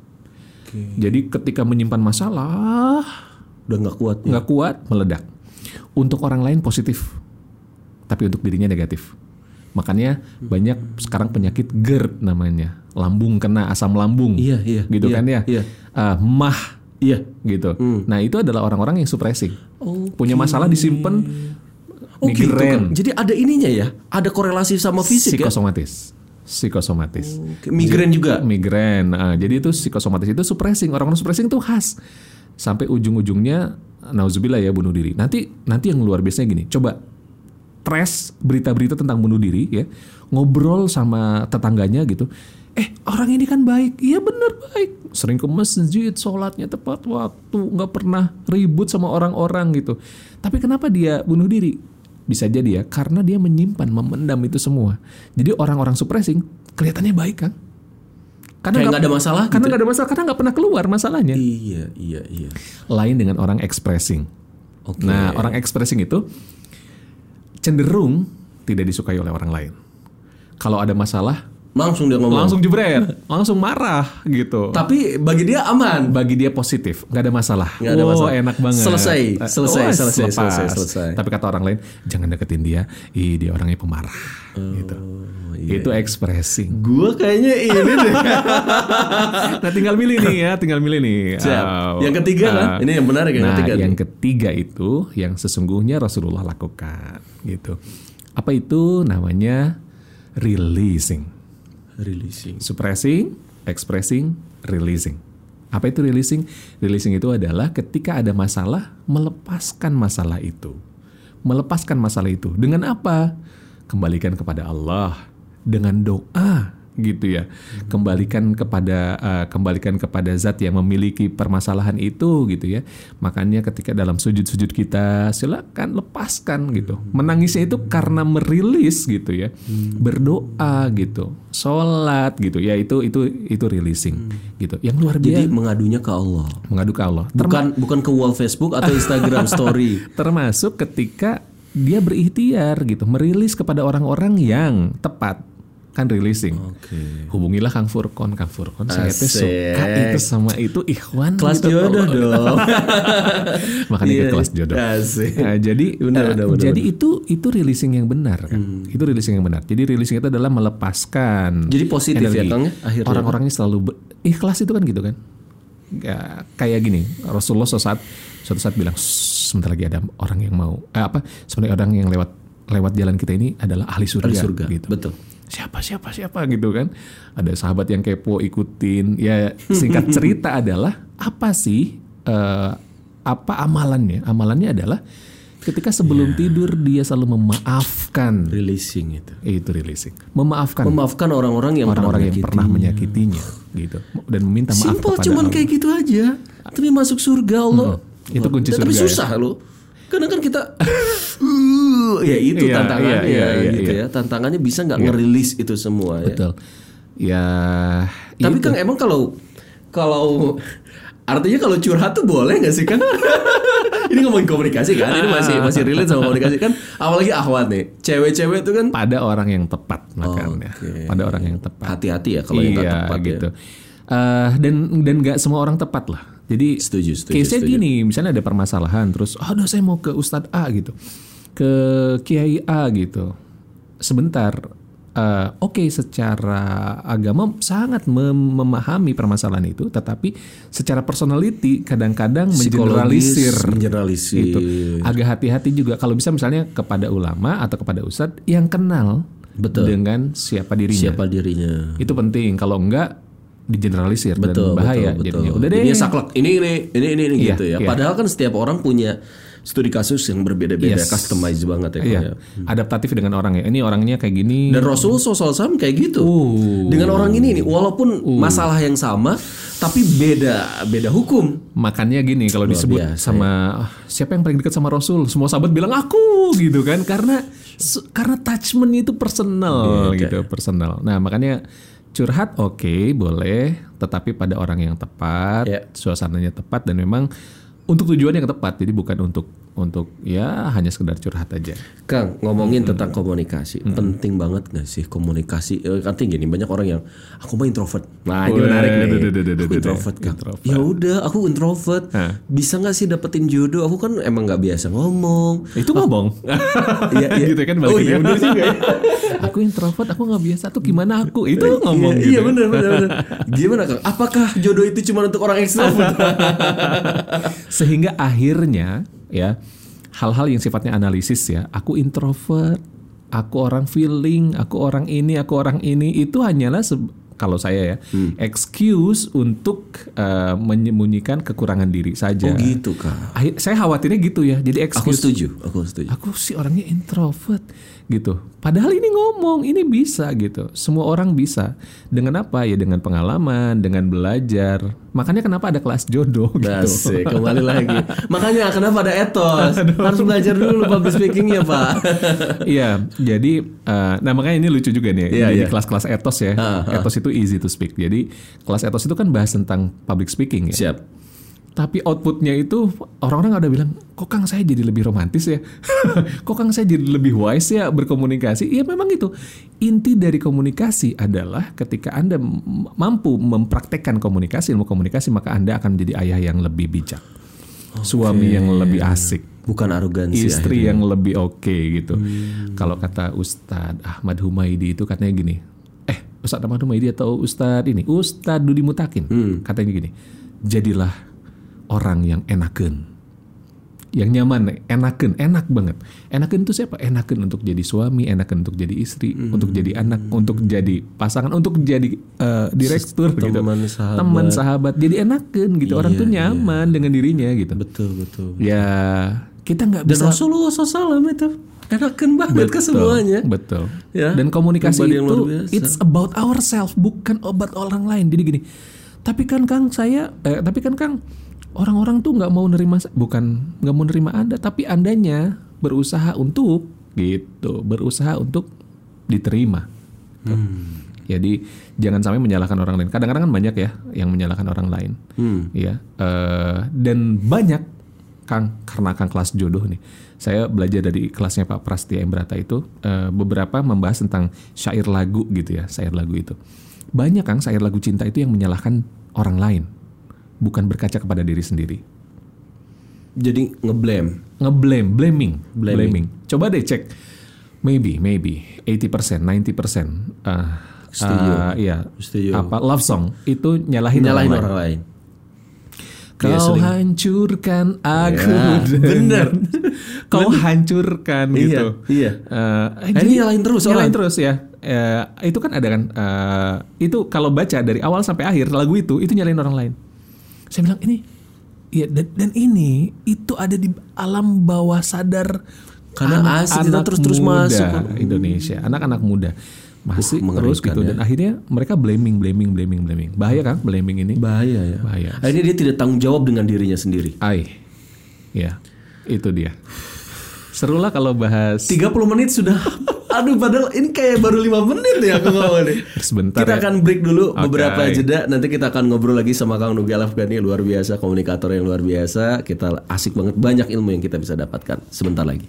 Jadi ketika menyimpan masalah Udah nggak kuat ya. nggak kuat meledak. Untuk orang lain positif, tapi untuk dirinya negatif. Makanya banyak sekarang penyakit GERD namanya, lambung kena asam lambung. Iya, iya, Gitu iya, kan ya. iya. Ah, mah. Iya. Gitu. Nah itu adalah orang-orang yang suppressing. Oke. Punya masalah disimpan. Oh gitu, Migrain. Kang. Jadi ada ininya ya, ada korelasi sama fisik ya. Psikosomatis. Psikosomatis. Oke, migrain juga. Migrain. Ah, jadi itu psikosomatis itu suppressing. Orang-orang suppressing itu khas. Sampai ujung-ujungnya nauzubillah ya bunuh diri. Nanti nanti yang luar biasanya gini. Coba trash berita-berita tentang bunuh diri ya. Ngobrol sama tetangganya gitu. Eh, orang ini kan baik. Iya bener baik. Sering ke masjid, sholatnya tepat waktu, nggak pernah ribut sama orang-orang gitu. Tapi kenapa dia bunuh diri? Bisa jadi ya, karena dia menyimpan, memendam itu semua. Jadi orang-orang suppressing kelihatannya baik kan? Karena Kayak nggak ada masalah Karena gitu. nggak ada masalah, karena nggak pernah keluar masalahnya. Iya, iya, iya. Lain dengan orang expressing. Oke. Nah, orang expressing itu cenderung tidak disukai oleh orang lain. Kalau ada masalah, Langsung dia ngomong. langsung jebret, langsung marah gitu. Tapi bagi dia aman. Bagi dia positif, nggak ada masalah. Nggak ada Wow, masalah. enak banget. Selesai, Eh, selesai, oh, selesai, lepas. selesai, selesai. Tapi kata orang lain, jangan deketin dia. Ih, dia orangnya pemarah. gitu. iya, Itu expressing. Gua kayaknya ini deh. Nah, tinggal milih nih ya, tinggal milih nih. Siap. Oh, Yang ketiga kan? Ini yang menarik yang nah, ketiga nih. yang ketiga itu yang sesungguhnya Rasulullah lakukan, gitu. Apa itu namanya? Releasing. Releasing. Suppressing, expressing, releasing. Apa itu releasing? Releasing itu adalah ketika ada masalah, melepaskan masalah itu. Melepaskan masalah itu. Dengan apa? Kembalikan kepada Allah. Dengan doa. Gitu ya. Kembalikan kepada uh, kembalikan kepada zat yang memiliki permasalahan itu gitu ya. Makanya ketika dalam sujud-sujud kita silakan lepaskan gitu. Menangisnya itu karena merilis gitu ya. Berdoa gitu. Sholat gitu ya, itu itu itu releasing gitu. Yang luar biasa. Jadi mengadunya ke Allah. Mengadu ke Allah. Bukan bukan ke wall Facebook atau Instagram story. Termasuk ketika dia berikhtiar gitu, merilis kepada orang-orang yang tepat. Kan releasing. Oke. Hubungilah Kang Furkon, Kang Furkon saya tuh Asik. suka itu sama itu ikhwan Kelas gitu. jodoh dong. Makanya Iya, ke kelas jodoh. asik. Nah, jadi Benar, eh, benar, benar, jadi itu itu releasing yang benar kan. Itu releasing yang benar. Jadi releasing itu adalah melepaskan. Jadi positif ya, energi. Kang, ya, akhirnya. Orang-orangnya selalu be- ikhlas itu kan gitu kan. Ya, kayak gini, Rasulullah suatu saat suatu saat bilang, sebentar lagi ada orang yang mau eh, apa? Sebenarnya orang yang lewat lewat jalan kita ini adalah ahli surga, Ahli surga. gitu. Betul. Siapa siapa siapa gitu kan. Ada sahabat yang kepo ikutin. Ya singkat cerita adalah apa sih eh, apa amalannya? Amalannya adalah ketika sebelum tidur dia selalu memaafkan. Releasing itu. Itu releasing. Memaafkan Memaafkan orang-orang yang orang-orang yang pernah pernah menyakitinya gitu. Dan meminta maaf Simple, kepada cuman Allah. kayak gitu aja. Tapi masuk surga Allah. Hmm, itu kunci Tapi surga, ya. susah loh. Karena kan kita uh, ya itu Iya, tantangannya iya, iya, gitu iya. ya. Tantangannya bisa nggak ngerilis itu semua ya. Betul. Ya. Tapi itu. Kang emang kalau kalau artinya kalau curhat tuh boleh nggak sih Kang? Ini ngomongin komunikasi kan? Ini masih masih relate sama komunikasi kan? Apalagi akhwat nih, cewek-cewek tuh kan pada orang yang tepat makanya. Oke. Pada orang yang tepat. hati-hati ya kalau yang nggak Iya, tepat gitu. ya. Eh, dan dan nggak semua orang tepat lah. Jadi Setuju, setuju, case-nya setuju. gini, misalnya ada permasalahan, terus, aduh saya mau ke Ustadz A gitu, ke Kiai A gitu. Sebentar, eh, oke secara agama sangat mem- memahami permasalahan itu, tetapi secara personality kadang-kadang Psikologis, mengeneralisir. mengeneralisir. Gitu. Agak hati-hati juga kalau bisa misalnya kepada ulama atau kepada ustadz yang kenal Betul. dengan siapa dirinya. Siapa dirinya? Itu penting. Kalau enggak digeneralisir Betul, dan bahaya betul, jadinya. betul. Udah deh. Jadinya saklek. Ini ini ini ini, ini Iya, gitu ya. iya. Padahal kan setiap orang punya studi kasus yang berbeda-beda, Yes. customize banget ya. Kang, Iya. ya. Adaptatif dengan orang ya. Ini orangnya kayak gini. Dan Rasulullah shallallahu alaihi wasallam kayak gitu. Uh. Dengan orang ini nih, walaupun masalah yang sama, tapi beda beda hukum. Makanya gini kalau disebut biasa, sama "Ah, siapa yang paling dekat sama Rasul, semua sahabat bilang aku gitu kan, karena su- karena touchment itu personal Iya, gitu, personal. Nah makanya curhat oke boleh, tetapi pada orang yang tepat, Iya. suasananya tepat dan memang untuk tujuan yang tepat. Jadi bukan untuk untuk ya hanya sekedar curhat aja. Kang, ngomongin tentang komunikasi, penting banget gak sih komunikasi? Eh, Artinya gini, banyak orang yang aku mah introvert. Nah, ini Woi, menarik nih. duh, duh, duh, duh, Aku duh, introvert, Kang. introvert. Ya udah, aku introvert. Hah. Bisa nggak sih dapetin jodoh? Aku kan emang nggak biasa ngomong. Itu ngomong. Iya, iya. Gitu kan Oh balikin iya ya. benar juga ya. Aku introvert, aku nggak biasa tuh gimana aku? Itu ngomong Iya, gitu. iya benar benar benar. Gimana Kang? Apakah jodoh itu cuma untuk orang ekstrovert? Sehingga akhirnya ya hal-hal yang sifatnya analisis ya, aku introvert, aku orang feeling, aku orang ini, aku orang ini, itu hanyalah se- kalau saya ya excuse untuk eh, menyembunyikan kekurangan diri saja. Oh gitu Kang. Akhir- saya khawatirnya gitu ya, jadi Aku excuse. setuju, aku setuju. Aku sih orangnya introvert gitu. Padahal ini ngomong, ini bisa gitu. Semua orang bisa. Dengan apa? Ya dengan pengalaman, dengan belajar. Makanya kenapa ada kelas jodoh gitu. Asik, kembali lagi. Makanya kenapa ada etos? Harus belajar dulu public speakingnya Pak. Iya, jadi eh, nah makanya ini lucu juga nih. Iya, Jadi iya. kelas-kelas etos ya. Ah, ah. Etos itu easy to speak. Jadi kelas etos itu kan bahas tentang public speaking ya. Siap. Tapi outputnya itu orang-orang ada bilang, kok Kang saya jadi lebih romantis ya? Kok Kang saya jadi lebih wise ya berkomunikasi? Iya memang itu. Inti dari komunikasi adalah ketika Anda m- mampu mempraktekkan komunikasi, ilmu komunikasi, maka Anda akan menjadi ayah yang lebih bijak. Suami yang lebih asik. Bukan arogansi. Istri akhirnya. yang lebih oke gitu. Kalau kata Ustadz Ahmad Humaidi itu katanya gini. Eh Ustadz Ahmad Humaidi atau Ustadz ini? Ustadz Dudi Mutakin. Katanya gini. Jadilah orang yang enakeun. yang nyaman, enaken, enak banget. Enaken itu siapa? Enaken untuk jadi suami, enaken untuk jadi istri, hmm. untuk jadi anak, untuk jadi pasangan, untuk jadi uh, direktur gitu. Teman sahabat. Teman sahabat. Jadi enaken gitu. Iya, orang tuh nyaman iya. dengan dirinya gitu. Betul, betul. betul. Ya, kita nggak bisa. Dan Rasulullah shallallahu alaihi wasallam itu enaken banget ke semuanya. Betul. Ya, dan komunikasi itu it's about ourselves, bukan about orang lain. Jadi gini. Tapi kan Kang saya, eh, tapi kan Kang orang-orang tuh nggak mau nerima, bukan nggak mau nerima Anda, tapi Andanya berusaha untuk gitu, berusaha untuk diterima. Hmm. Jadi jangan sampai menyalahkan orang lain. Kadang-kadang kan banyak ya yang menyalahkan orang lain, hmm. ya. Uh, dan banyak Kang, karena Kang kelas jodoh nih, saya belajar dari kelasnya Pak Prastia Embrata itu uh, beberapa membahas tentang syair lagu gitu ya, syair lagu itu. Banyak Kang syair lagu cinta itu yang menyalahkan orang lain. Bukan berkaca kepada diri sendiri. Jadi ngeblame, ngeblame, blaming, blaming. blaming. Coba deh cek, maybe, maybe eighty percent, ninety percent. Uh, Setuju. Uh, iya. Setuju. Apa love song itu nyalahin, nyalahin orang, orang lain. Kau ya, hancurkan aku, ya, bener. Kau bener. hancurkan gitu. Iya. Uh, eh, ini nyalahin terus, nyalahin orang. terus ya. Uh, itu kan ada kan. Uh, itu kalau baca dari awal sampai akhir lagu itu, itu nyalahin orang lain. Saya bilang ini, ya dan, dan ini itu ada di alam bawah sadar karena asik kita terus-terus masuk Indonesia, anak-anak muda masih uh, terus gitu ya. Dan akhirnya mereka blaming, blaming, blaming, blaming. Bahaya kan blaming ini? Bahaya ya. Bahaya. Akhirnya dia tidak tanggung jawab dengan dirinya sendiri. Ai, ya itu dia. Serulah kalau bahas. tiga puluh menit sudah. Aduh, padahal ini kayak baru lima menit ya aku ngomong nih. Sebentar kita ya. akan break dulu okay. beberapa jeda. Nanti kita akan ngobrol lagi sama Kang Nugi Al-Afghani, luar biasa, komunikator yang luar biasa. Kita asik banget, banyak ilmu yang kita bisa dapatkan sebentar lagi.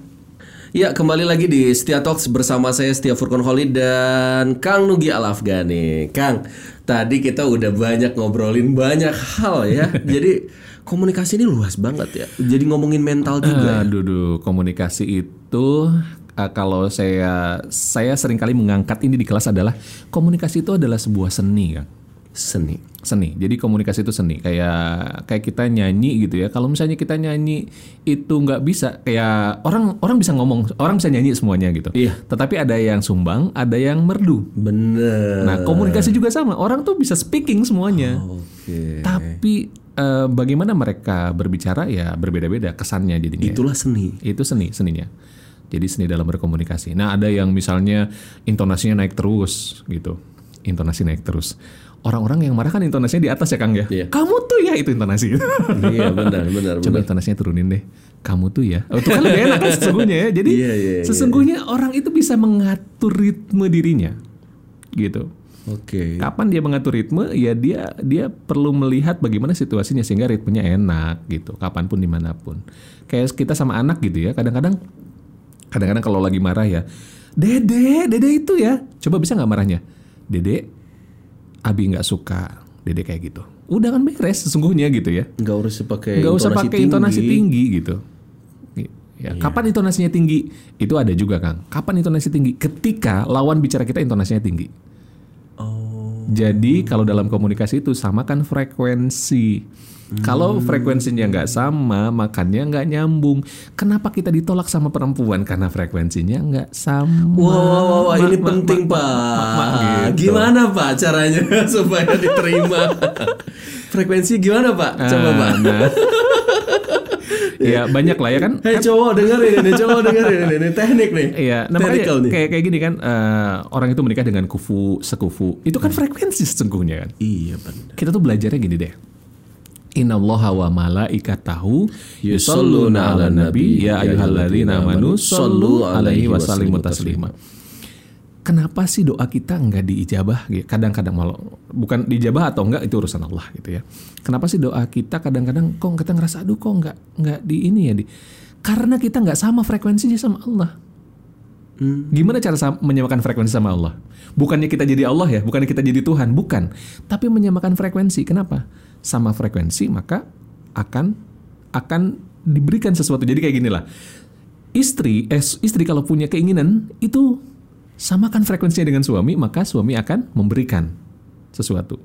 Ya, kembali lagi di Setia Talks bersama saya Setia Furqon Khalid dan Kang Nugi Al-Afghani. Kang, tadi kita udah banyak ngobrolin banyak hal ya. Jadi komunikasi ini luas banget ya. Jadi ngomongin mental juga. Aduh, duh, komunikasi itu uh, kalau saya saya seringkali mengangkat ini di kelas adalah komunikasi itu adalah sebuah seni, Kang. Seni. Seni. Jadi komunikasi itu seni. Kayak kayak kita nyanyi gitu ya. Kalau misalnya kita nyanyi itu nggak bisa, kayak orang orang bisa ngomong, orang bisa nyanyi semuanya gitu. Iya. Tetapi ada yang sumbang, ada yang merdu. Bener. Nah, komunikasi juga sama. Orang tuh bisa speaking semuanya. Oh, oke. Okay. Tapi uh, bagaimana mereka berbicara ya berbeda-beda kesannya jadinya. Itulah seni. Itu seni, seninya. Jadi seni dalam berkomunikasi. Nah, ada yang misalnya intonasinya naik terus gitu. Intonasi naik terus. Orang-orang yang marah kan intonasinya di atas ya Kang ya. Iya. Kamu tuh ya itu intonasi. Iya benar benar. Coba benar. Intonasinya turunin deh. Kamu tuh ya. Oh, itu kan lebih enak kan sesungguhnya ya. Jadi iya, iya, sesungguhnya iya. orang itu bisa mengatur ritme dirinya. Gitu. Oke. Okay. Kapan dia mengatur ritme? Ya dia dia perlu melihat bagaimana situasinya sehingga ritmenya enak gitu. Kapanpun dimanapun. Kayak kita sama anak gitu ya. Kadang-kadang kadang-kadang kalau lagi marah ya. Dede, Dede itu ya. Coba bisa nggak marahnya? Dede, Abi nggak suka Dede kayak gitu. Udah kan beres sesungguhnya gitu ya. Nggak usah pakai nggak usah pakai intonasi tinggi gitu. Ya, iya. Kapan intonasinya tinggi? Itu ada juga Kang. Kapan intonasi tinggi? Ketika lawan bicara kita intonasinya tinggi. Oh. Jadi kalau dalam komunikasi itu samakan frekuensi. Hmm. Kalau frekuensinya nggak sama, makanya nggak nyambung. Kenapa kita ditolak sama perempuan? Karena frekuensinya nggak sama. Wow, wow, wow. Ma, ini ma, penting ma, Pak. Ma, ma, gitu. Gimana Pak caranya supaya diterima? Frekuensi gimana Pak? Coba Pak. Nah. Ya banyak lah ya kan. Hei cowok dengerin ini, cowok dengerin ini, ini teknik nih. Iya, namanya kayak kayak gini kan, uh, orang itu menikah dengan kufu sekufu. Itu kan hmm. frekuensi sesungguhnya kan. Iya benar. Kita tuh belajarnya gini deh. Innallaha wa malaikatahu yusholluna 'alan nabi ya ayyuhalladzina amanu shollu 'alaihi wa sallimu taslima. Kenapa sih doa kita enggak diijabah? Kadang-kadang malah bukan diijabah atau enggak itu urusan Allah gitu ya. Kenapa sih doa kita kadang-kadang kok kita ngerasa aduh kok enggak enggak di ini ya di. Karena kita enggak sama frekuensinya sama Allah. Hmm. Gimana cara menyamakan frekuensi sama Allah? Bukannya kita jadi Allah ya, bukannya kita jadi Tuhan, bukan. Tapi menyamakan frekuensi. Kenapa? Sama frekuensi maka akan akan diberikan sesuatu. Jadi kayak gini lah. Istri, eh, istri kalau punya keinginan itu samakan frekuensinya dengan suami, maka suami akan memberikan sesuatu.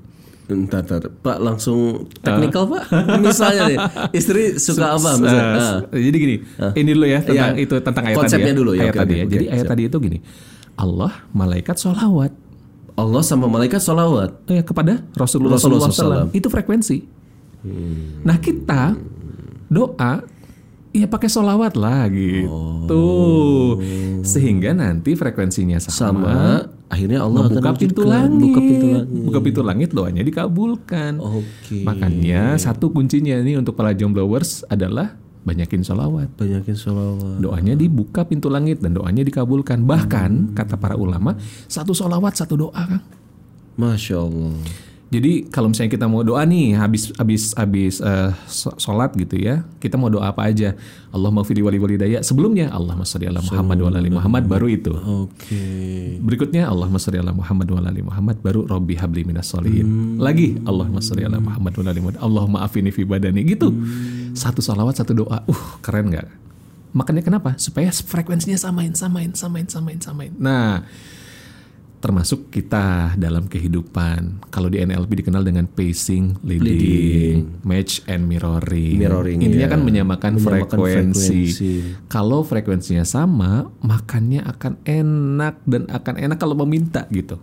Entar, entar. Pak langsung teknikal Pak. Misalnya nih, istri suka apa? Uh, Misalnya, ah. Jadi gini, ini dulu ya tentang Iya. itu tentang ayat Konsepnya tadi ya. dulu ya, Ayat oke, tadi oke, ya. oke, Jadi ayat siap. tadi itu gini. Allah malaikat sholawat Allah sama malaikat sholawat. eh, kepada Rasulullah, Rasulullah Rasulullah shallallahu alaihi wasallam. Itu frekuensi. Hmm. Nah kita doa ya pakai sholawat lah gitu. Oh. Sehingga nanti frekuensinya sama. Sama akhirnya Allah akan Buka pintu wujudkan. langit, Buka pintu langit. buka pintu langit, doanya dikabulkan. Oke. Makanya satu kuncinya nih untuk para jomblowers adalah banyakin sholawat. Banyakin sholawat. Doanya dibuka pintu langit dan doanya dikabulkan. Bahkan kata para ulama, satu sholawat satu doa, Kang. Masya Allah. Jadi kalau misalnya kita mau doa nih habis habis habis uh, sholat gitu ya, kita mau doa apa aja? Allahumma fili wali walidayya. Sebelumnya Allahumma sholli ala Muhammad wa ala ali Muhammad, baru itu. Oke. Berikutnya Allahumma sholli ala Muhammad wa ala ali Muhammad, baru Robbi habli minas sholihin. Lagi Allahumma sholli ala Muhammad wa ala ali Muhammad, Allahumma afini fi badani gitu. Satu sholawat satu doa. Uh, keren nggak? Makanya kenapa? Supaya frekuensinya samain, samain, samain, samain, samain. Nah, termasuk kita dalam kehidupan. Kalau di N L P dikenal dengan pacing, leading, Leading. match and mirroring. Mirroring, Intinya iya. kan menyamakan, Menyamakan frekuensi. frekuensi. Kalau frekuensinya sama, makannya akan enak dan akan enak kalau meminta gitu.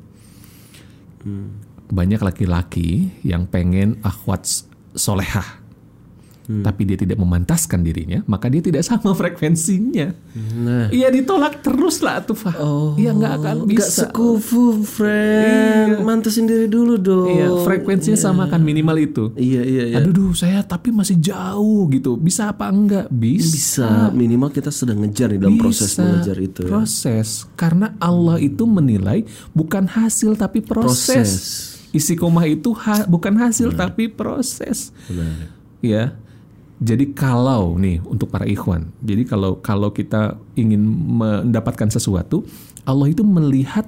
Hmm. Banyak laki-laki yang pengen akhwat solehah. Hmm. Tapi dia tidak memantaskan dirinya, maka dia tidak sama frekuensinya. Nah. Iya ditolak terus lah tuh Fah. Oh, Iya nggak akan bisa. Gak sekufu, friend. Iya. Mantesin diri dulu dong. Iya, frekuensinya sama kan minimal itu. Iya, iya, iya. Aduh, duh, saya tapi masih jauh gitu. Bisa apa enggak? Bisa. Bisa. Minimal kita sedang ngejar nih dalam proses Bisa. mengejar itu. Ya. Proses. Karena Allah itu menilai bukan hasil tapi proses. Proses. Isi koma itu ha- bukan hasil tapi proses. Benar. Ya. Jadi kalau nih untuk para ikhwan, jadi kalau kalau kita ingin mendapatkan sesuatu, Allah itu melihat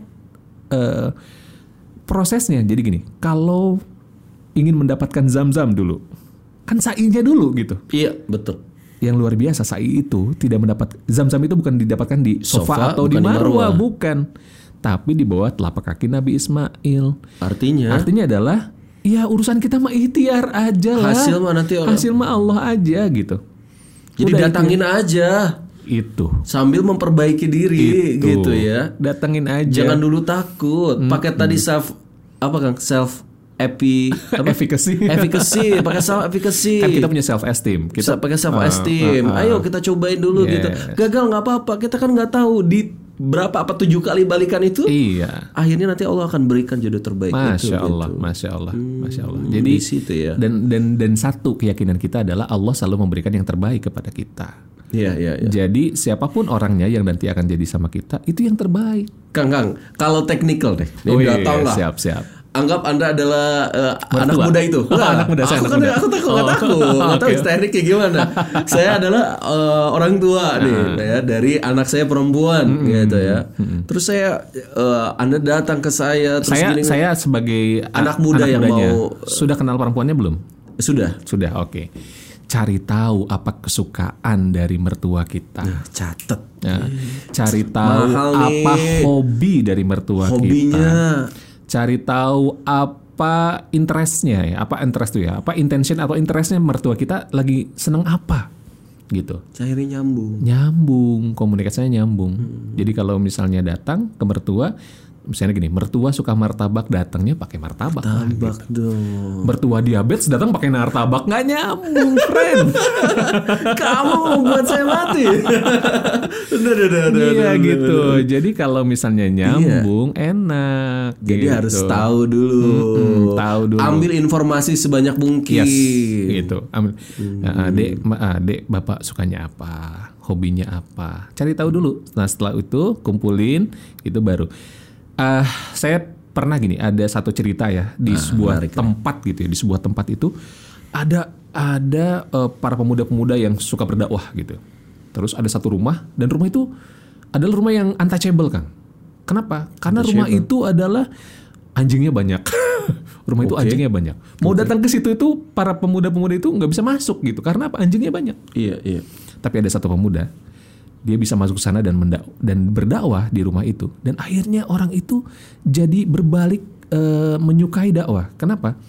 uh, prosesnya. Jadi gini, kalau ingin mendapatkan zam-zam dulu, kan sa'inya dulu gitu. Iya, betul. Yang luar biasa, sa'i itu tidak mendapat zam-zam itu bukan didapatkan di sofa, Sofa, atau di bukan di marwah, marwah. bukan, tapi di bawah telapak kaki Nabi Ismail. Artinya, Artinya adalah ya urusan kita mah ikhtiar aja lah. Hasil mah nanti orang- Hasil mah Allah aja gitu. jadi Udah datangin aja itu. sambil memperbaiki diri Itu. gitu ya. Datengin aja. Jangan dulu takut. Pakai tadi self apa Kang? Self epi apa? efficacy. efficacy, pakai self efficacy. Kan kita punya self esteem. Kita Kita pakai self Ah, esteem. ah, ah. Ayo kita cobain dulu Yes. gitu. Gagal nggak apa-apa. Kita kan nggak tahu di berapa apa tujuh kali balikan itu. Iya. Akhirnya nanti Allah akan berikan jodoh terbaik itu. Masya Allah, gitu. Masya Allah, Masya Allah. Hmm, Jadi di situ ya. dan dan dan satu keyakinan kita adalah Allah selalu memberikan yang terbaik kepada kita. Iya, iya, iya. Jadi siapapun orangnya yang nanti akan jadi sama kita itu yang terbaik. Kang, Kang, kalau technical deh. Nih, Oh iya, datang lah. siap siap. Anggap Anda adalah eh, Mertua. anak muda itu. Oh, anak muda, saya aku anak kan muda. aku takut, Oh. nggak takut, nggak tahu Oke. teknik kayak gimana. Saya adalah eh, orang tua nih, ya, dari anak saya perempuan, gitu ya. Terus saya, eh, Anda datang ke saya, terus Saya gini, saya sebagai Anak muda yang mudanya, mau- sudah kenal perempuannya belum? sudah. Sudah, oke. Cari tahu apa kesukaan dari mertua kita. Catet Ya. Cari tahu Mahal apa nih. hobi dari mertua hobinya. kita. Cari tahu apa interestnya ya, apa interest tuh ya, apa intention atau interestnya mertua kita lagi seneng apa, gitu. Akhirnya nyambung. Nyambung, komunikasinya nyambung. Hmm. Jadi kalau misalnya datang ke mertua, misalnya gini, mertua suka martabak, datangnya pakai martabak. lah, gitu. Tambak dong. Mertua diabetes datang pakai martabak, nggak nyambung, friend. Kamu buat saya mati. Udah, udah, udah, udah, Iya udah, gitu. udah. Jadi kalau misalnya nyambung, enak. Jadi gitu. harus tahu dulu. Mm-mm, tahu dulu. Ambil informasi sebanyak mungkin. Yes, gitu. Ambil. Nah, dek, ma- ah, dek, bapak sukanya apa, hobinya apa, cari tahu dulu. Nah setelah itu kumpulin, itu baru. Ah, saya pernah gini, ada satu cerita ya di sebuah menarik, tempat gitu ya, di sebuah tempat itu ada ada eh, para pemuda-pemuda yang suka berdakwah gitu. Terus ada satu rumah dan rumah itu adalah rumah yang untouchable, Kang. Kenapa? Karena rumah itu adalah anjingnya banyak. Rumah itu Oke. anjingnya banyak. Mau datang ke situ itu para pemuda-pemuda itu nggak bisa masuk gitu. Karena apa? Anjingnya banyak. Iya, iya. Tapi ada satu pemuda, dia bisa masuk ke sana dan mendak- dan berdakwah di rumah itu. Dan akhirnya orang itu jadi berbalik eh, menyukai dakwah. Kenapa?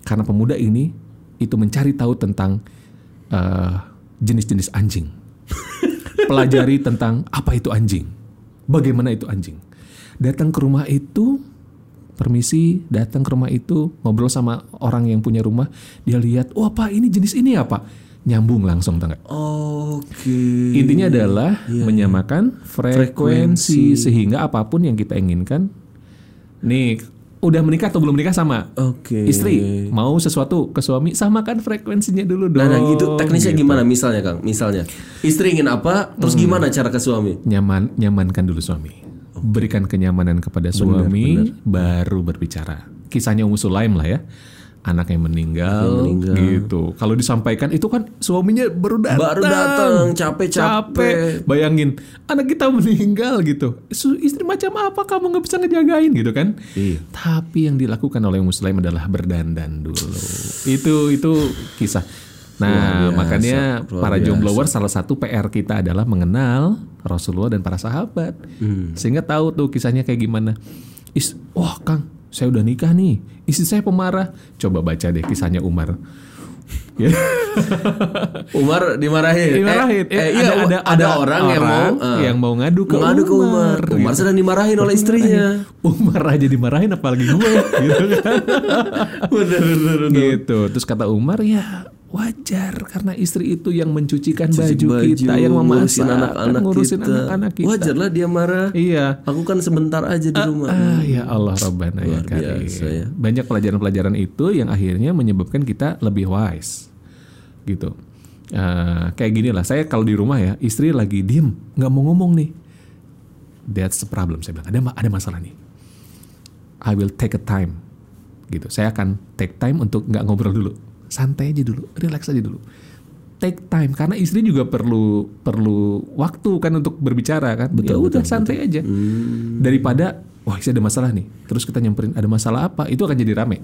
Karena pemuda ini itu mencari tahu tentang uh, jenis-jenis anjing. Pelajari tentang apa itu anjing. Bagaimana itu anjing. Datang ke rumah itu, permisi, datang ke rumah itu, ngobrol sama orang yang punya rumah. Dia lihat, oh Pak ini jenis ini ya Pak. Nyambung langsung, tau gak? Oke. Intinya adalah yeah, menyamakan frekuensi, frekuensi sehingga apapun yang kita inginkan. Nih, udah menikah atau belum menikah sama. Oke. Istri mau sesuatu ke suami, samakan frekuensinya dulu dong. Nah, nah gitu teknisnya gitu. Gimana misalnya Kang? Misalnya istri ingin apa, terus hmm. gimana cara ke suami? Nyaman, nyamankan dulu suami. Okay. Berikan kenyamanan kepada suami, benar, benar. Baru berbicara. Kisahnya Ummu Sulaim lah ya. Anak yang meninggal, yang meninggal gitu. Kalau disampaikan itu kan suaminya baru datang. Baru datang, capek-capek. Bayangin, anak kita meninggal gitu. Istri macam apa kamu nggak bisa ngejagain gitu kan? Iya. Tapi yang dilakukan oleh Muslim adalah berdandan dulu. itu itu kisah. Nah, biasa, makanya para jomblower salah satu P R kita adalah mengenal Rasulullah dan para sahabat. Hmm. Sehingga tahu tuh kisahnya kayak gimana. Is, wah Kang, saya udah nikah nih, istri saya pemarah. Coba baca deh kisahnya Umar. Umar dimarahin. Dimarahin. Eh, eh, iya, ada, ada, ada orang, orang yang mau uh, yang mau ngadu ke ngadu Umar. Ke Umar. Umar gitu. Sedang dimarahin oleh istrinya. Umar aja dimarahin, apalagi gue. Gitu kan. Bener, bener, bener. Gitu. Terus kata Umar, ya wajar karena istri itu yang mencucikan baju, baju kita, yang memasak, anak-anak ngurusin kita. anak-anak kita. Wajarlah dia marah. Iya. Aku kan sebentar aja di rumah. Ah, ah, ya Allah Rabbana ya Karim. Ya. Banyak pelajaran-pelajaran itu yang akhirnya menyebabkan kita lebih wise. Gitu. Uh, kayak gini lah. Saya kalau di rumah ya, istri lagi diem, nggak mau ngomong nih. That's the problem. Saya bilang ada ada masalah nih. I will take a time. Gitu. Saya akan take time untuk nggak ngobrol dulu. Santai aja dulu, relax aja dulu. Take time karena istri juga perlu perlu waktu kan untuk berbicara kan. Ya udah santai betul. aja. Hmm. Daripada wah sih ada masalah nih. Terus kita nyamperin ada masalah apa? Itu akan jadi rame.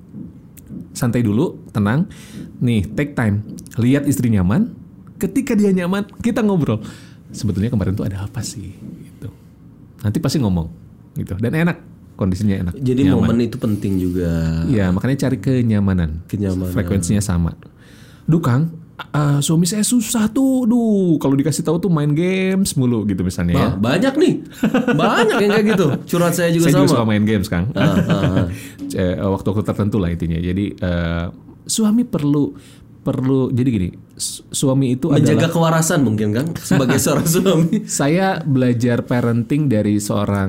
Santai dulu, tenang. Nih, take time. Lihat istri nyaman. Ketika dia nyaman, kita ngobrol. Sebetulnya kemarin tuh ada apa sih? Gitu. Nanti pasti ngomong gitu. Dan enak. Kondisinya enak. Jadi nyaman. momen itu penting juga. Iya, makanya cari kenyamanan. Kenyamanan. Frekuensinya sama. Duh Kang, uh, suami saya susah tuh. Duh, kalau dikasih tahu tuh main games mulu gitu misalnya bah, ya. Banyak nih. Banyak yang kayak gitu. Curhat saya juga saya sama. Saya juga suka main games, Kang. Uh, uh, uh. Waktu-waktu tertentu lah intinya. Jadi uh, suami perlu perlu jadi gini, suami itu menjaga adalah kewarasan mungkin kan sebagai seorang suami. Saya belajar parenting dari seorang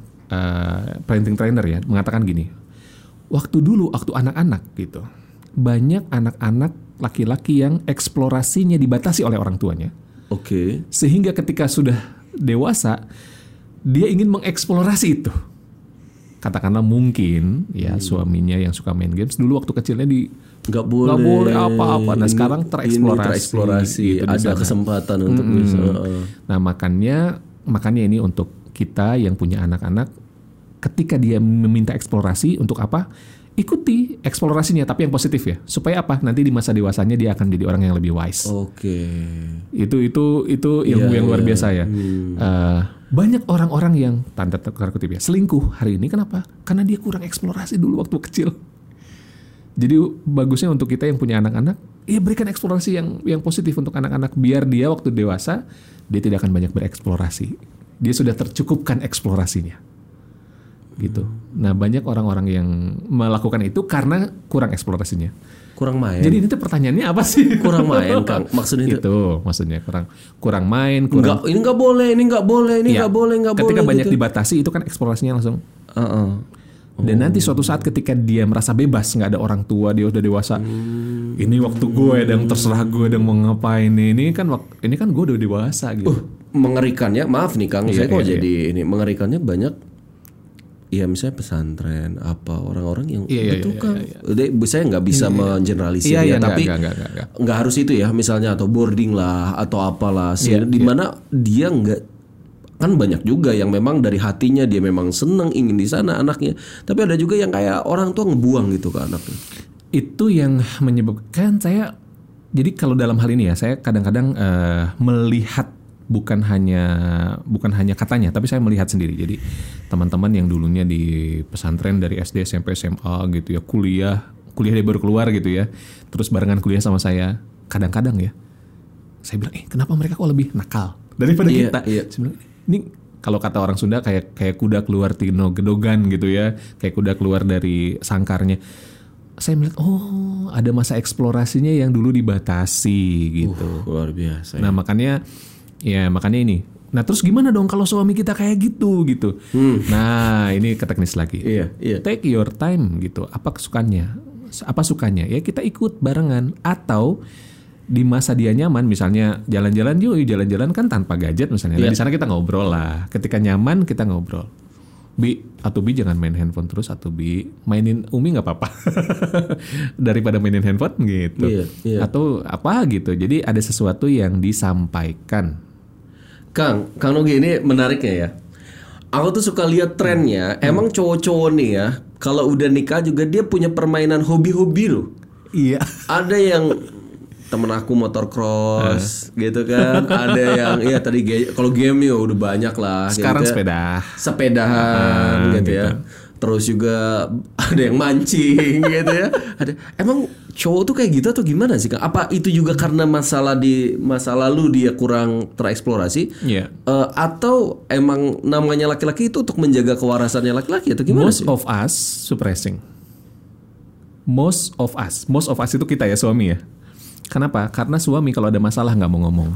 Uh, parenting trainer ya, mengatakan gini, waktu dulu waktu anak-anak gitu, banyak anak-anak laki-laki yang eksplorasinya dibatasi oleh orang tuanya. Oke. Okay. Sehingga ketika sudah dewasa dia ingin mengeksplorasi itu. Katakanlah mungkin ya hmm. suaminya yang suka main games dulu waktu kecilnya di nggak boleh nggak boleh apa-apa. Nah sekarang tereksplorasi, tereksplorasi gitu, ada kesempatan untuk hmm. bisa. Nah makanya makanya ini untuk kita yang punya anak-anak, ketika dia meminta eksplorasi untuk apa? Ikuti eksplorasinya, tapi yang positif ya. Supaya apa? Nanti di masa dewasanya dia akan jadi orang yang lebih wise. Oke. Okay. Itu itu itu ilmu yeah, yang luar yeah. biasa ya. Hmm. Uh, banyak orang-orang yang tanda kutip ya selingkuh hari ini. Kenapa? Karena dia kurang eksplorasi dulu waktu kecil. Jadi bagusnya untuk kita yang punya anak-anak, ya berikan eksplorasi yang yang positif untuk anak-anak biar dia waktu dewasa dia tidak akan banyak bereksplorasi. Dia sudah tercukupkan eksplorasinya. Gitu. Nah, banyak orang-orang yang melakukan itu karena kurang eksplorasinya. Kurang main. Jadi itu pertanyaannya apa sih? Kurang main, Kang. Maksudnya itu. Itu maksudnya kurang kurang main, kurang. Enggak, ini enggak boleh, ini enggak boleh, ini enggak ya, boleh, enggak boleh. Ketika banyak gitu. dibatasi itu kan eksplorasinya langsung. Uh-uh. Dan oh. nanti suatu saat ketika dia merasa bebas, nggak ada orang tua, dia udah dewasa. Hmm. Ini waktu gue dan terserah gue dan mau ngapain ini kan ini kan gue udah dewasa gitu. Uh, mengerikannya, maaf nih Kang, iya, saya kok iya, jadi iya. ini mengerikannya banyak. Ya misalnya pesantren apa orang-orang yang iya, itu iya, kan, iya, iya. saya nggak bisa iya, mengeneralisir iya, ya, iya, tapi enggak, enggak, enggak, enggak. nggak harus itu ya, misalnya atau boarding lah atau apalah, iya, di mana iya. dia nggak kan banyak juga yang memang dari hatinya dia memang seneng ingin di sana anaknya, tapi ada juga yang kayak orang tua ngebuang gitu ke anaknya. Itu yang menyebabkan saya, jadi kalau dalam hal ini ya, saya kadang-kadang uh, melihat bukan hanya bukan hanya katanya, tapi saya melihat sendiri. Jadi teman-teman yang dulunya di pesantren dari S D, S M P, S M A gitu ya, kuliah kuliah dia baru keluar gitu ya. Terus barengan kuliah sama saya. Kadang-kadang ya, saya bilang, eh kenapa mereka kok lebih nakal daripada Iya, kita? iya. Saya bilang, ini kalau kata orang Sunda kayak kayak kuda keluar tino gedogan gitu ya, kayak kuda keluar dari sangkarnya. Saya melihat, oh ada masa eksplorasinya yang dulu dibatasi gitu. Uh, luar biasa. Nah makanya, ya makanya ini. Nah terus gimana dong kalau suami kita kayak gitu gitu? Hmm. Nah ini ke teknis lagi. Iya, iya. Take your time gitu. Apa kesukaannya? Apa sukanya? Ya kita ikut barengan atau di masa dia nyaman, misalnya jalan-jalan yuk, jalan-jalan kan tanpa gadget misalnya. Nah, Yeah. di sana kita ngobrol lah. Ketika nyaman kita ngobrol. Bi, atau Bi jangan main handphone terus, atau Bi mainin Umi nggak apa-apa daripada mainin handphone gitu. Iya, iya. Atau apa gitu. Jadi ada sesuatu yang disampaikan. Kang, Kang Nugi ini menariknya ya. Aku tuh suka lihat trennya. Hmm. Emang cowok-cowok nih ya, kalau udah nikah juga dia punya permainan hobi-hobi loh. Iya. Ada yang temen aku motor cross gitu kan. Ada yang iya tadi ge- kalau game ya udah banyak lah. Sekarang gitu ya. sepeda. Sepedahan Ah, gitu, ya. Terus juga ada yang mancing gitu ya. Ada emang cowok tuh kayak gitu atau gimana sih Kang? Apa itu juga karena masalah di masa lalu dia kurang tereksplorasi? Iya. Eh, atau emang namanya laki-laki itu untuk menjaga kewarasannya laki-laki atau gimana Most sih? of us suppressing. Most of us, most of us itu kita ya suami ya. Kenapa? Karena suami kalau ada masalah nggak mau ngomong.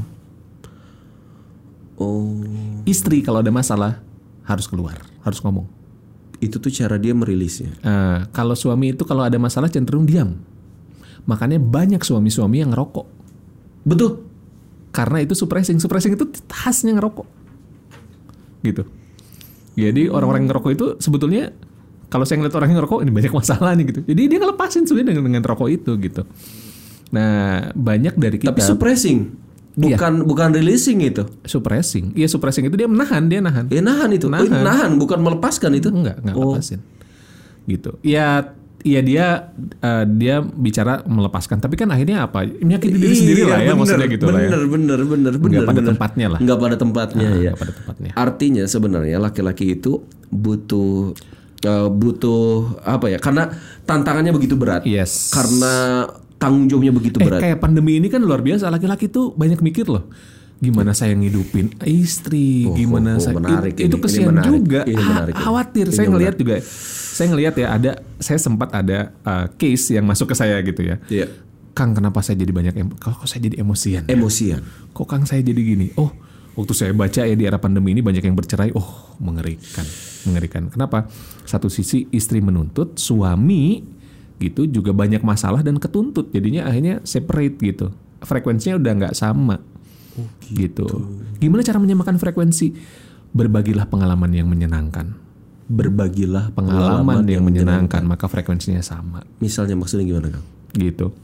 Oh, Istri kalau ada masalah harus keluar, harus ngomong. itu tuh cara dia merilisnya. Nah, kalau suami itu kalau ada masalah cenderung diam. Makanya banyak suami-suami yang ngerokok. Betul. Karena itu suppressing. Suppressing itu khasnya ngerokok. Gitu. Jadi orang-orang yang ngerokok itu sebetulnya kalau saya ngeliat orang yang ngerokok ini banyak masalah nih gitu. Jadi dia ngelepasin sebenarnya dengan, dengan rokok itu gitu. Nah, banyak dari kita Tapi suppressing, bukan bukan releasing itu. suppressing. Iya, suppressing itu dia menahan, dia nahan. Ya nahan itu. Oh, Nahan. nahan bukan melepaskan itu. Enggak, enggak Oh. lepasin. Gitu. Ya, ya dia uh, dia bicara melepaskan, tapi kan akhirnya apa? Menyakiti diri sendiri lah ya, bener, maksudnya gitu bener, lah ya. Bener, bener, bener, Enggak bener, pada bener. tempatnya lah. Enggak pada tempatnya Ah, ya. enggak pada tempatnya. Artinya sebenarnya laki-laki itu butuh uh, butuh apa ya? Karena tantangannya begitu berat. Yes. Karena tanggung jawabnya begitu Eh, berat. kayak pandemi ini kan luar biasa. Laki-laki tuh banyak mikir loh. Gimana saya ngidupin istri, Oh, gimana oh, oh, saya menarik it- itu ini, ini kesian menarik. juga. Ini Ha- menarik ini. khawatir. Ini Saya ngelihat menarik. juga. Saya ngelihat ya ada. Saya sempat ada uh, case yang masuk ke saya gitu ya. Iya. Kang, kenapa saya jadi banyak em- kok kok saya jadi emosian? Emosian. Kok Kang saya jadi gini? Oh, waktu saya baca ya di era pandemi ini banyak yang bercerai. Oh, mengerikan, mengerikan. Kenapa? Satu sisi istri menuntut, suami gitu juga banyak masalah dan ketuntut. Jadinya akhirnya separate gitu. Frekuensinya udah nggak sama. Oh, gitu. Gimana cara menyamakan frekuensi? Berbagilah pengalaman yang menyenangkan. Berbagilah Pengalaman, yang, menyenangkan, maka frekuensinya sama. Misalnya maksudnya gimana Kang? Gitu.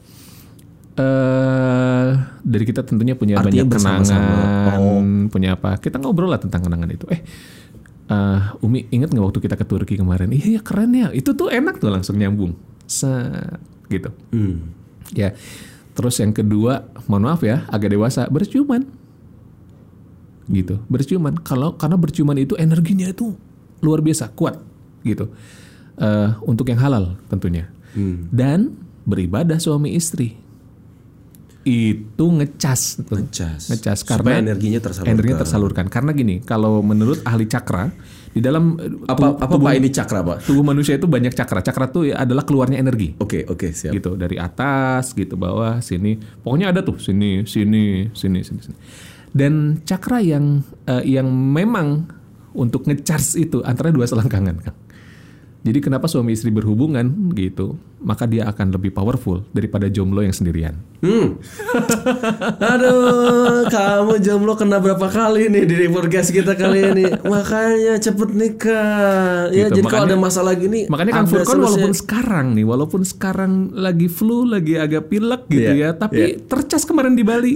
Eh dari kita tentunya punya Artinya banyak bersama-sama. kenangan, punya apa? Kita ngobrol lah tentang kenangan itu. Eh, eh, Umi ingat nggak waktu kita ke Turki kemarin? Iya, ya, keren ya. Itu tuh enak tuh langsung nyambung, set gitu. Hmm. Ya. Terus yang kedua, mohon maaf ya, agak dewasa, berciuman. Gitu, berciuman. Kalau karena berciuman itu energinya itu luar biasa, kuat gitu. Eh, untuk yang halal tentunya. Hmm. Dan beribadah suami istri itu ngecas tuh. Ngecas. ngecas Supaya karena energinya tersalurkan. energinya tersalurkan karena gini, kalau menurut ahli cakra di dalam eh, Apa tu- apa tubuh, Pak ini cakra Pak? tubuh manusia itu banyak cakra. Cakra tuh ya adalah keluarnya energi Oke oke siap. gitu, dari atas gitu, bawah, sini, pokoknya ada tuh, sini sini sini sini, sini. Dan cakra yang eh, yang memang untuk ngecharge itu antara dua selangkangan kan. Jadi kenapa suami istri berhubungan gitu, maka dia akan lebih powerful daripada jomblo yang sendirian. Hmm. Aduh, kamu jomblo kena berapa kali nih di podcast kita kali ini? Makanya cepet nikah. Ya Gitu, jadi kalau makanya- ada masalah gini, Makanya Kang ada Furkon solusinya. walaupun sekarang nih, walaupun sekarang lagi flu, lagi agak pilek gitu Iya, ya, tapi tercas kemarin di Bali.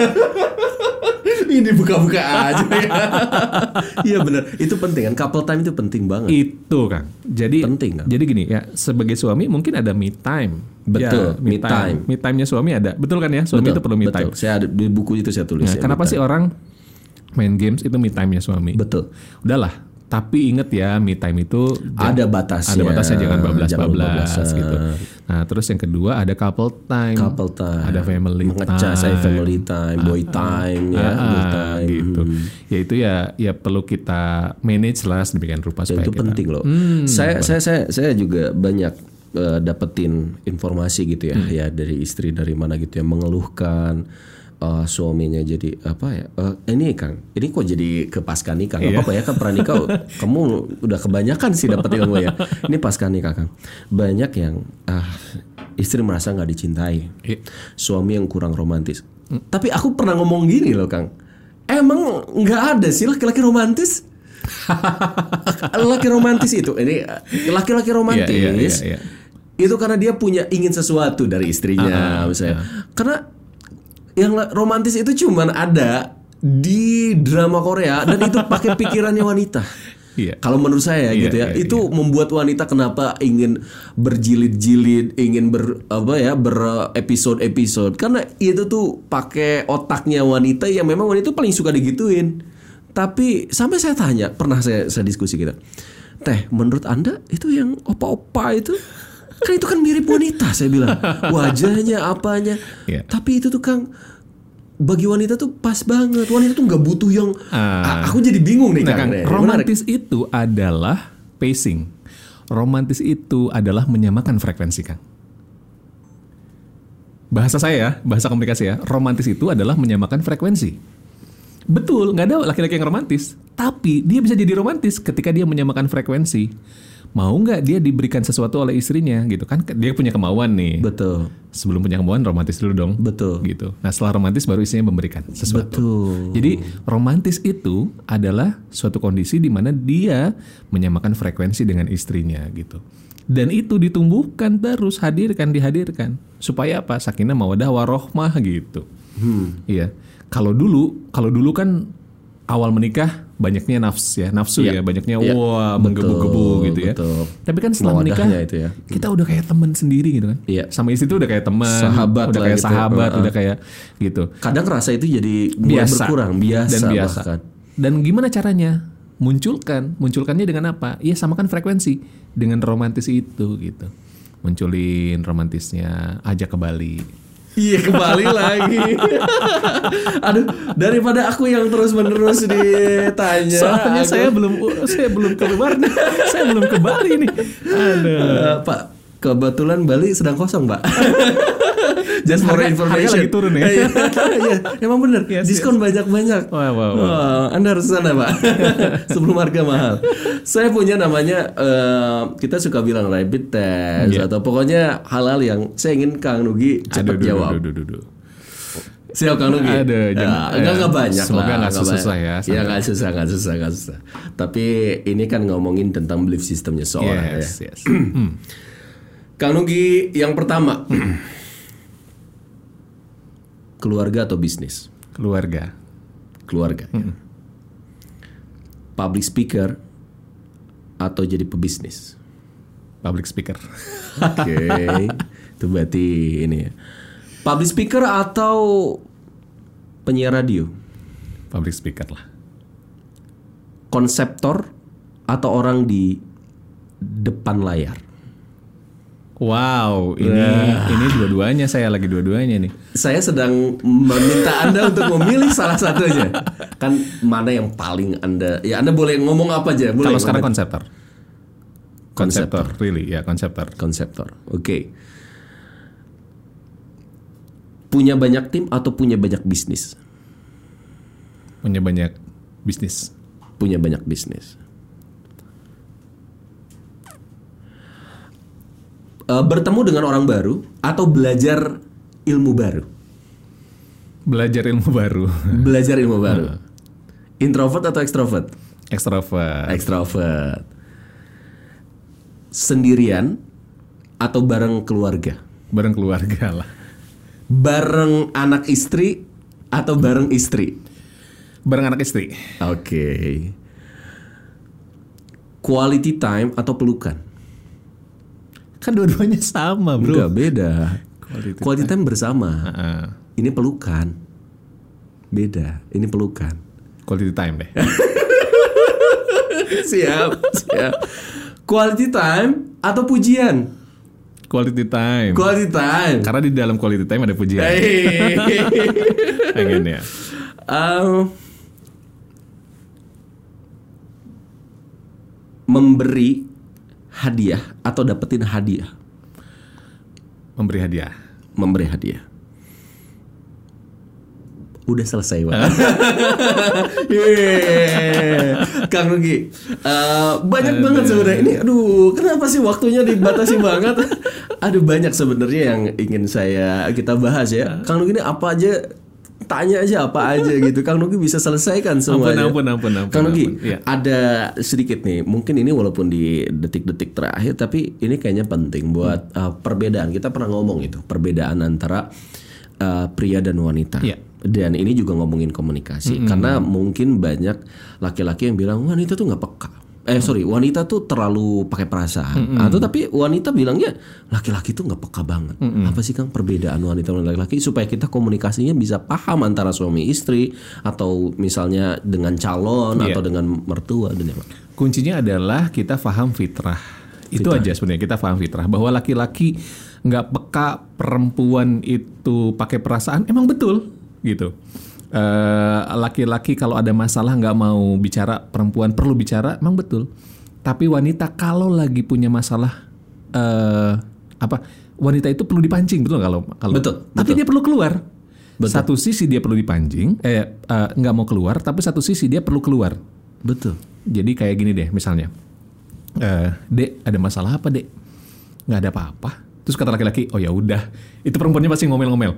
ini buka-buka aja ya. Iya benar, itu penting kan. Couple time itu penting banget. Itu Kang. Jadi Penting, Kang. Jadi gini ya, sebagai suami mungkin ada me time. Betul, Ya, me time. Me time-nya suami ada. Betul kan ya? Suami itu perlu me time. betul. Saya ada di buku itu saya tulis. Nah, ya, kenapa me sih time. orang main games itu me time-nya suami? Betul. Udahlah, Tapi inget ya, me time itu Ada batasnya. Ada batasnya, jangan bablas-bablas Jangan bablas. gitu. Nah, terus yang kedua ada couple time. Couple time. Ada family Mengecas, time. saya family time, boy time ya, Ah, boy time. gitu. Ya itu ya ya perlu kita manage lah sedemikian rupa supaya Itu kita. penting loh. Hmm, saya, saya saya saya juga banyak eh, dapetin informasi gitu ya, Hmm. ya dari istri dari mana gitu yang mengeluhkan eh, suaminya jadi apa ya? eh, ini Kang, ini kok jadi ke pasca nikah? Gak Iya. apa-apa ya kan pranikah, kamu udah kebanyakan sih dapat ilmu ya. Ini pasca nikah Kang, banyak yang ah, istri merasa nggak dicintai, Iya. suami yang kurang romantis. Tapi aku pernah ngomong gini loh Kang, emang nggak ada sih laki-laki romantis? Laki romantis itu ini laki-laki romantis Iya, iya, iya, iya. itu karena dia punya ingin sesuatu dari istrinya misalnya. Karena yang la- romantis itu cuman ada di drama Korea dan itu pakai pikirannya wanita. Iya. Kalau menurut saya Iya, gitu ya, iya, itu membuat wanita kenapa ingin berjilid-jilid, ingin ber apa ya, berepisode-episode karena itu tuh pakai otaknya wanita yang memang wanita itu paling suka digituin. Tapi sampai saya tanya, pernah saya, saya diskusi kita, Teh, menurut Anda itu yang opa-opa itu kan itu kan mirip wanita, saya bilang wajahnya apanya. Iya. Tapi itu tuh Kang, bagi wanita tuh pas banget. Wanita tuh nggak butuh yang Ah. A- aku jadi bingung nih Nah, Kang. Kang, Nih, romantis itu adalah pacing. Romantis itu adalah menyamakan frekuensi, Kang. Bahasa saya ya, bahasa komunikasi ya. Romantis itu adalah menyamakan frekuensi. Betul, nggak ada laki-laki yang romantis. Tapi dia bisa jadi romantis ketika dia menyamakan frekuensi. Mau nggak dia diberikan sesuatu oleh istrinya gitu kan? Dia punya kemauan nih. Betul, Sebelum punya kemauan romantis dulu dong. betul, Gitu. Nah setelah romantis baru istrinya memberikan sesuatu. betul. Jadi romantis itu adalah suatu kondisi di mana dia menyamakan frekuensi dengan istrinya gitu. Dan itu ditumbuhkan terus, hadirkan, dihadirkan. Supaya apa? Sakinah mawaddah warohmah gitu. Hmm. Iya. Kalau dulu, kalau dulu kan awal menikah banyaknya nafsu ya, nafsu Iya. ya, banyaknya Iya. wah Betul, menggebu-gebu gitu ya. betul. Tapi kan setelah menikah Mawaddahnya itu ya. kita udah kayak teman sendiri gitu kan. Iya. Sama istri itu udah kayak teman, Sahabat udah lah kayak gitu. sahabat, Uh-uh. udah kayak gitu. Kadang rasa itu jadi mulai Biasa berkurang, biasa dan biasa. bahkan. Dan gimana caranya? Munculkan, munculkannya dengan apa? Iya, samakan frekuensi dengan romantis itu gitu. Munculin romantisnya, ajak ke Bali. Iya kembali lagi. Aduh, daripada aku yang terus menerus ditanya. Soalnya aku- saya belum saya belum keluar nih. Saya belum ke Bali nih. Aduh. Eh, Pak, kebetulan Bali sedang kosong, Pak. Just for Harga- information. harga lagi turun ya? Iya, iya, emang bener. Yes, Diskon banyak-banyak. Wah, wah, wah. Wah, Anda harus sana, Pak. Sebelum harga mahal. Saya punya namanya, eh, kita suka bilang rapid test Iya. atau pokoknya hal-hal yang saya ingin Kang Nugi cepat Aduh, jawab. aduh, aduh, aduh. Siap Kang Nugi. Aduh, jangan- Ya, enggak ya, enggak banyak semoga lah, nggak susah banyak. ya, Ya santai. nggak susah, nggak susah, nggak susah. Tapi ini kan ngomongin tentang belief systemnya seorang Yes, ya. yes. Hmm. Kang Nugi yang pertama, keluarga atau bisnis? Keluarga. Keluarga. ya. Public speaker atau jadi pebisnis? Public speaker. Oke, itu berarti ini ya. Public speaker atau penyiar radio? Public speaker lah. Konseptor atau orang di depan layar? Wow, ini ini dua-duanya saya lagi dua-duanya nih. Saya sedang meminta Anda untuk memilih salah satu aja. Kan mana yang paling Anda, ya Anda boleh ngomong apa aja. Boleh Kalau sekarang ngomong. konseptor. Konseptor. Konseptor, really ya konseptor. Konseptor. Oke. Punya banyak tim atau punya banyak bisnis? Punya banyak bisnis. Punya banyak bisnis. Eh, bertemu dengan orang baru atau belajar ilmu baru? Belajar ilmu baru. Belajar ilmu baru. Introvert atau ekstrovert? Extrovert. Ekstrovert. Sendirian atau bareng keluarga? Bareng keluarga lah. Bareng anak istri atau bareng istri? Bareng anak istri. Oke. Quality time atau pelukan? Kan dua-duanya sama, bro. Enggak, beda. Quality Quality time bersama. Heeh. Ini pelukan. Beda. Ini pelukan. Quality time deh. Siap, siap. Quality time atau pujian? Quality time. Quality time. Karena di dalam quality time ada pujian. Hey. Pengen ya. Um, memberi hadiah atau dapetin hadiah? Memberi hadiah. Memberi hadiah. Udah selesai, Pak. Yeah. Kang Nugi, uh, banyak banget sebenarnya ini. Aduh, kenapa sih waktunya dibatasi banget? Aduh, banyak sebenarnya yang ingin saya kita bahas ya. Kang Nugi ini apa aja, tanya aja apa aja gitu. Kang Nugi bisa selesaikan semuanya. Ampun, ampun, ampun, ampun. Kang Nugi, ampun. Ya. ada sedikit nih. Mungkin ini walaupun di detik-detik terakhir, tapi ini kayaknya penting buat uh, perbedaan. Kita pernah ngomong itu perbedaan antara uh, pria dan wanita. Ya. Dan ini juga ngomongin komunikasi. Mm-hmm. Karena mungkin banyak laki-laki yang bilang wanita tuh nggak peka. Eh sorry, wanita tuh terlalu pakai perasaan. Mm-hmm. Atau tapi wanita bilangnya laki-laki tuh nggak peka banget. Mm-hmm. Apa sih Kang perbedaan wanita dan laki-laki supaya kita komunikasinya bisa paham antara suami istri atau misalnya dengan calon yeah. atau dengan mertua dan yang lain. Kuncinya adalah kita paham fitrah. Itu fitrah. Aja sebenarnya kita paham fitrah bahwa laki-laki nggak peka, perempuan itu pakai perasaan, emang betul. Gitu. Uh, laki-laki kalau ada masalah nggak mau bicara, perempuan perlu bicara, emang betul. Tapi wanita kalau lagi punya masalah, uh, apa? Wanita itu perlu dipancing, betul kalau kalau. Betul. Tapi betul. dia perlu keluar. Betul. Satu sisi dia perlu dipancing, eh uh, nggak mau keluar, tapi satu sisi dia perlu keluar. Betul. Jadi kayak gini deh, misalnya, uh, Dek, ada masalah apa Dek? Nggak ada apa-apa. Terus kata laki-laki, oh ya udah, itu perempuannya pasti ngomel-ngomel.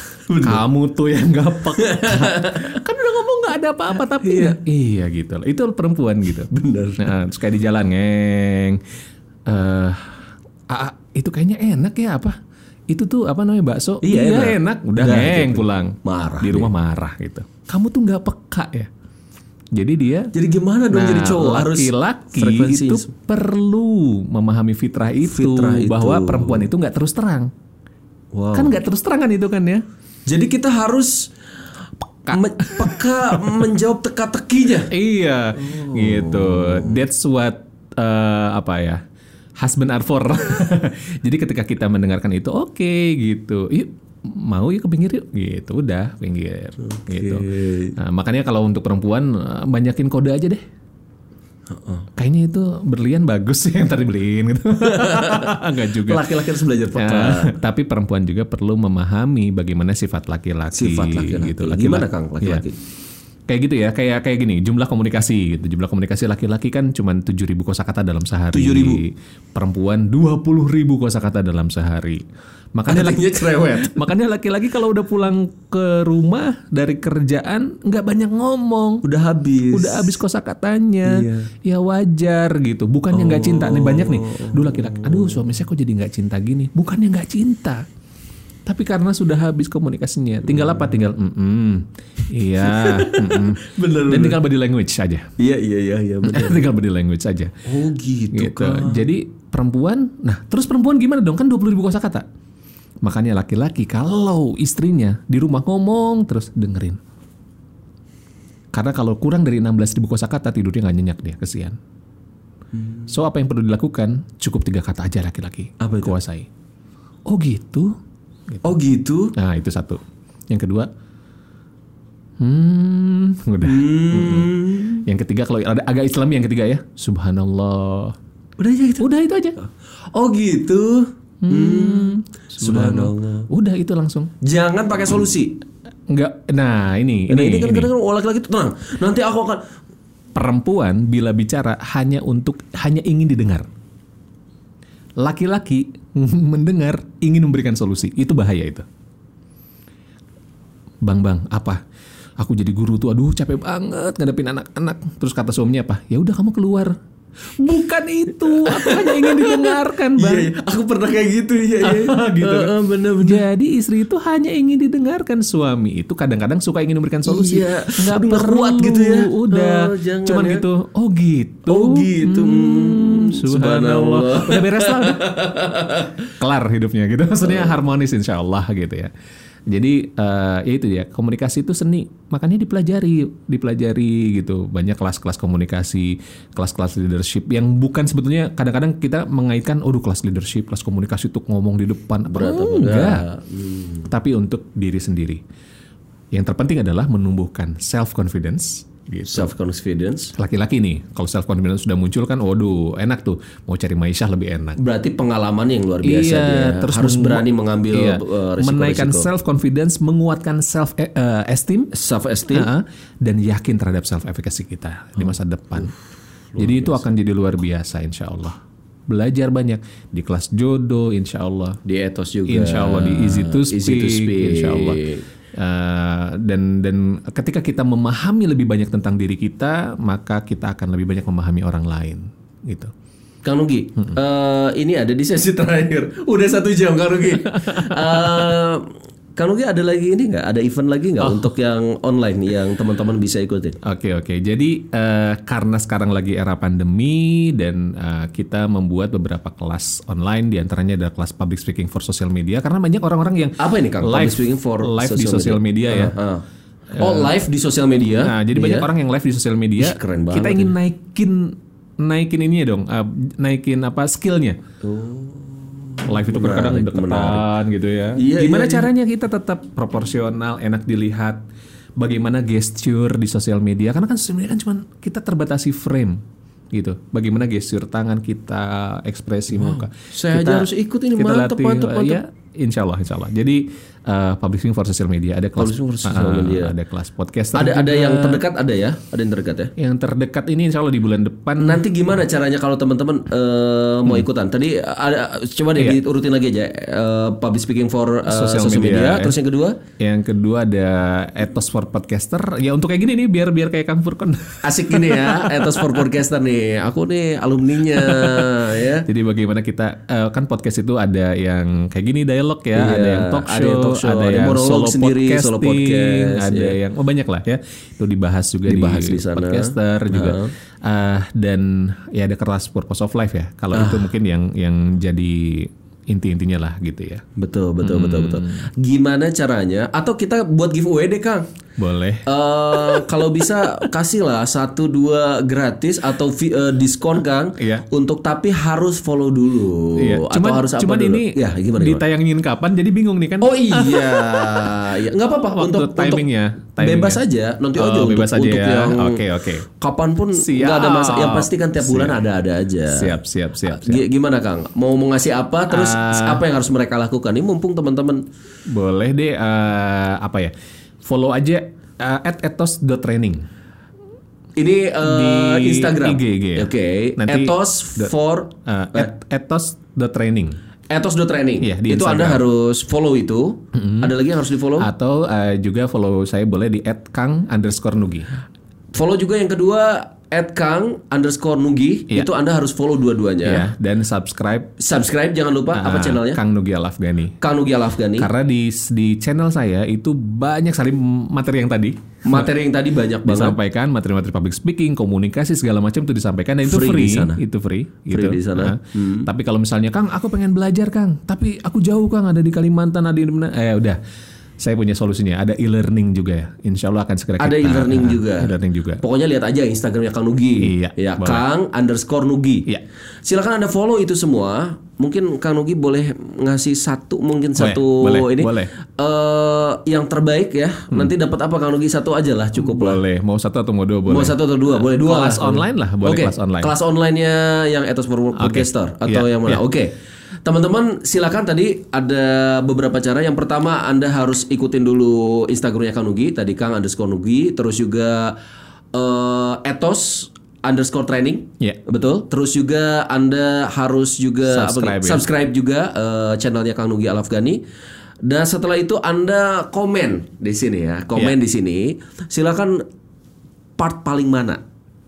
Kamu tuh yang gak peka. Kan udah ngomong gak ada apa-apa tapi iya, iya gitu. Itu perempuan gitu. Bener. Nah, terus kayak di jalan ngeng. Uh, ah, itu kayaknya enak ya apa? Itu tuh apa namanya bakso? Iya, iya enak. enak. Udah Udah, ngeng gitu. pulang. Marah. Di rumah dia. marah gitu. Kamu tuh gak peka ya. Jadi dia. Jadi gimana dong nah, jadi cowok harus laki-laki itu perlu memahami fitrah itu, fitrah itu. Bahwa perempuan itu nggak terus terang. Wow. Kan nggak terus terangan itu kan ya. Jadi kita harus peka, me- peka menjawab teka-tekinya. Iya, oh. Gitu. That's what uh, apa ya? Husband are for. Jadi ketika kita mendengarkan itu, oke okay, gitu. Yuk, mau yuk ke pinggir yuk. Gitu, udah pinggir. Okay. Gitu. Nah, makanya kalau untuk perempuan banyakin kode aja deh. Uh-uh. Kayaknya itu berlian bagus sih yang tadi beliin gitu. Enggak juga. Laki-laki harus belajar peka. Ya, tapi perempuan juga perlu memahami bagaimana sifat laki-laki. Sifat laki-laki. Gitu. Laki-laki. Gimana Kang laki-laki? Ya. Kayak gitu ya, kayak kayak gini, jumlah komunikasi gitu. Jumlah komunikasi laki-laki kan cuma tujuh ribu kosakata dalam sehari. tujuh ribu Perempuan dua puluh ribu kosakata dalam sehari. Makanya laki cerewet. Makanya laki-laki kalau udah pulang ke rumah dari kerjaan nggak banyak ngomong. Udah habis. Udah habis kosakatanya. Iya. Ya wajar gitu. Bukannya nggak oh. cinta. Nih banyak nih. Duh laki-laki. Aduh suami saya kok jadi nggak cinta gini. Bukannya nggak cinta. Tapi karena sudah habis komunikasinya. Tinggal apa? Tinggal mm iya. Mm-mm. Bener. Dan tinggal body language aja. Iya iya iya iya benar. Tinggal body language aja. Oh gitu, gitu. Kan. Jadi perempuan. Nah terus perempuan gimana dong? Kan dua puluh ribu kosakata. Makanya laki-laki kalau istrinya di rumah ngomong terus dengerin. Karena kalau kurang dari enam belas ribu kosakata tidurnya nggak nyenyak dia, kesian. Hmm. So apa yang perlu dilakukan? Cukup tiga kata aja laki-laki. Apa itu? Kuasai. Oh gitu. Gitu. Oh gitu. Nah itu satu. Yang kedua, hmm, udah. Hmm. Yang ketiga kalau ada agak Islami yang ketiga ya, Subhanallah. Udah aja gitu. Udah itu aja. Oh gitu. Hmm, Subhanallah. Udah itu langsung. Jangan pakai solusi. Enggak. Nah ini. Nah, ini, ini kan ini. kadang-kadang laki-laki itu tenang. Nanti aku akan. Perempuan bila bicara hanya untuk hanya ingin didengar. Laki-laki mendengar ingin memberikan solusi. Itu bahaya itu. Bang bang apa? Aku jadi guru tuh, aduh capek banget ngadepin anak-anak. Terus kata suaminya apa? Ya udah kamu keluar. Bukan itu, aku hanya ingin didengarkan, Bang. Iya, iya. Aku pernah kayak gitu, iya, iya. gitu. Uh, uh, bener-bener. Jadi istri itu hanya ingin didengarkan, suami itu kadang-kadang suka ingin memberikan solusi. Iya. Nggak Aduh, perlu, kuat gitu ya. Udah, oh, jangan cuman ya. gitu. Oh gitu. Oh gitu. Hmm, subhanallah. Subhanallah. Udah beres lah, udah. Kelar hidupnya gitu. Maksudnya harmonis insya Allah gitu ya. Jadi uh, ya itu ya, komunikasi itu seni, makanya dipelajari, dipelajari gitu. Banyak kelas-kelas komunikasi, kelas-kelas leadership yang bukan sebetulnya kadang-kadang kita mengaitkan, oh kelas leadership, kelas komunikasi itu ngomong di depan. Berat oh, apa enggak. Hmm. Tapi untuk diri sendiri. Yang terpenting adalah menumbuhkan self confidence. Gitu. Self confidence. Laki-laki nih, kalau self confidence sudah muncul kan, waduh, enak tuh. Mau cari maisha lebih enak. Berarti pengalaman yang luar biasa iya, dia. Terus harus meng- berani mengambil iya, uh, risiko-risiko. menaikkan self confidence, menguatkan self uh, esteem, Self esteem, uh, dan yakin terhadap self efficacy kita di masa depan. Jadi itu akan jadi luar biasa, insya Allah. Belajar banyak di kelas jodoh, insya Allah. Di etos juga. Insya Allah di easy to speak, Easy to speak. insya Allah. Uh, dan dan ketika kita memahami lebih banyak tentang diri kita, maka kita akan lebih banyak memahami orang lain, gitu. Kang Nugi, hmm. uh, ini ada di sesi terakhir. Udah satu jam, Kang Nugi. uh, Kang Nugi ada lagi ini nggak? Ada event lagi nggak oh. untuk yang online yang teman-teman bisa ikutin? Oke oke. Jadi uh, karena sekarang lagi era pandemi dan uh, kita membuat beberapa kelas online, diantaranya ada kelas public speaking for social media. Karena banyak orang-orang yang apa ini Kang? Live, public speaking for live social di social media, media uh, ya. Uh. Oh uh, live di sosial media. Nah jadi iya. banyak orang yang live di sosial media. Ih, keren banget. Kita ingin ya. naikin naikin ini ya dong, uh, naikin apa skillnya. Oh. Live itu kadang-kadang deketan gitu ya. Iya, Gimana iya, caranya iya. kita tetap proporsional, enak dilihat. Bagaimana gesture di sosial media? Karena kan sosial media kan cuma kita terbatasi frame gitu. Bagaimana gesture tangan kita, ekspresi oh, muka. Saya kita, aja harus ikut ini kita mantep, latih, mantep, mantep. Ya, insya Allah, insya Allah. Jadi uh, publishing for social media ada kelas, for social uh, media. ada kelas podcast. Ada ada yang terdekat ada ya, ada yang terdekat ya. Yang terdekat ini insya Allah di bulan depan. Nanti gimana caranya kalau teman-teman uh, mau hmm. ikutan? Tadi ada, coba deh iya. diurutin lagi aja. Uh, public speaking for uh, social, social media. media. Ya. Terus yang kedua? Yang kedua ada ethos for podcaster. Ya untuk kayak gini nih, biar biar kayak Kang Furkon. Asik gini ya, ethos for podcaster nih. Aku nih alumninya ya. Jadi bagaimana kita uh, kan podcast itu ada yang kayak gini dialog ya, iya, ada yang talk show, ada yang, talk show, ada ada yang solo sendiri, podcasting, solo podcast, ada iya. yang oh banyak lah ya. Itu dibahas juga dibahas di, di sana. podcaster juga. Uh. Uh, dan ya ada kelas purpose of life ya. Kalau uh. itu mungkin yang yang jadi inti-intinya lah gitu ya. Betul, betul, hmm. betul, betul. Gimana caranya? Atau kita buat giveaway deh, Kang. Boleh. Uh, kalau bisa kasih lah satu dua gratis atau vi, uh, diskon Kang. Iya. Untuk tapi harus follow dulu. Iya. Atau Cuman, harus apa cuman dulu? ini ya, gimana, gimana? ditayangin kapan? Jadi bingung nih kan? Oh iya, iya. Nggak apa-apa untuk untuk timingnya. Untuk bebas aja. Nanti oh, aja untuk, bebas aja untuk ya. yang Oke oke. Kapanpun nggak ada masalah. Yang pasti kan tiap bulan ada-ada aja. Siap siap siap. siap. G- gimana Kang? Mau mau ngasih apa? Terus uh, apa yang harus mereka lakukan? Ini mumpung teman-teman. Boleh deh. Uh, apa ya? Follow aja. Uh, at ethos dot training. Ini uh, di Instagram. I G, I G. Oke. Okay. Ethos for uh, at, ethos dot training. Ethos dot training. Iya, itu Instagram. Anda harus follow itu. Mm-hmm. Ada lagi yang harus di follow? Atau uh, juga follow saya boleh di at kang underscore nugi. Follow juga yang kedua at kang underscore nugi. Iya. Itu Anda harus follow dua-duanya. Iya. Dan subscribe. Subscribe jangan lupa. Uh, apa channelnya? Kang Nugi Al Afghani. Kang Nugi Al Afghani. Karena di di channel saya itu banyak sekali materi yang tadi. Materi yang tadi banyak banget disampaikan, materi-materi public speaking, komunikasi segala macam itu disampaikan dan itu free, free di sana. Itu free, free gitu. di sana. Nah, hmm. Tapi kalau misalnya Kang, aku pengen belajar Kang, tapi aku jauh Kang, ada di Kalimantan, ada di mana? Eh udah, saya punya solusinya. Ada e-learning juga ya. Insya Allah akan segera ada kita. Ada e-learning uh, juga. E-learning juga. Pokoknya lihat aja Instagramnya Kang Nugi. Iya. Ya, Kang underscore Nugi. Iya. Silakan Anda follow itu semua. Mungkin Kang Nugi boleh ngasih satu, mungkin boleh, satu boleh, ini. Boleh. Uh, yang terbaik ya. Hmm. Nanti dapat apa Kang Nugi? Satu aja lah, cukup lah. Boleh. Mau satu atau mau dua boleh. Mau satu atau dua boleh dua. Kelas lah. online lah, boleh okay. kelas online. Kelas online-nya yang Ethos for Podcaster okay. atau yeah. yang mana? Yeah. Oke. Okay. Teman-teman silakan, tadi ada beberapa cara. Yang pertama Anda harus ikutin dulu Instagramnya Kang Nugi, tadi Kang underscore Nugi, terus juga uh, Ethos underscore training, yeah. betul. Terus juga Anda harus juga subscribe, apa, subscribe juga uh, channelnya Kang Nugi Al Afghani. Dan setelah itu Anda komen di sini ya, komen yeah. di sini. Silakan part paling mana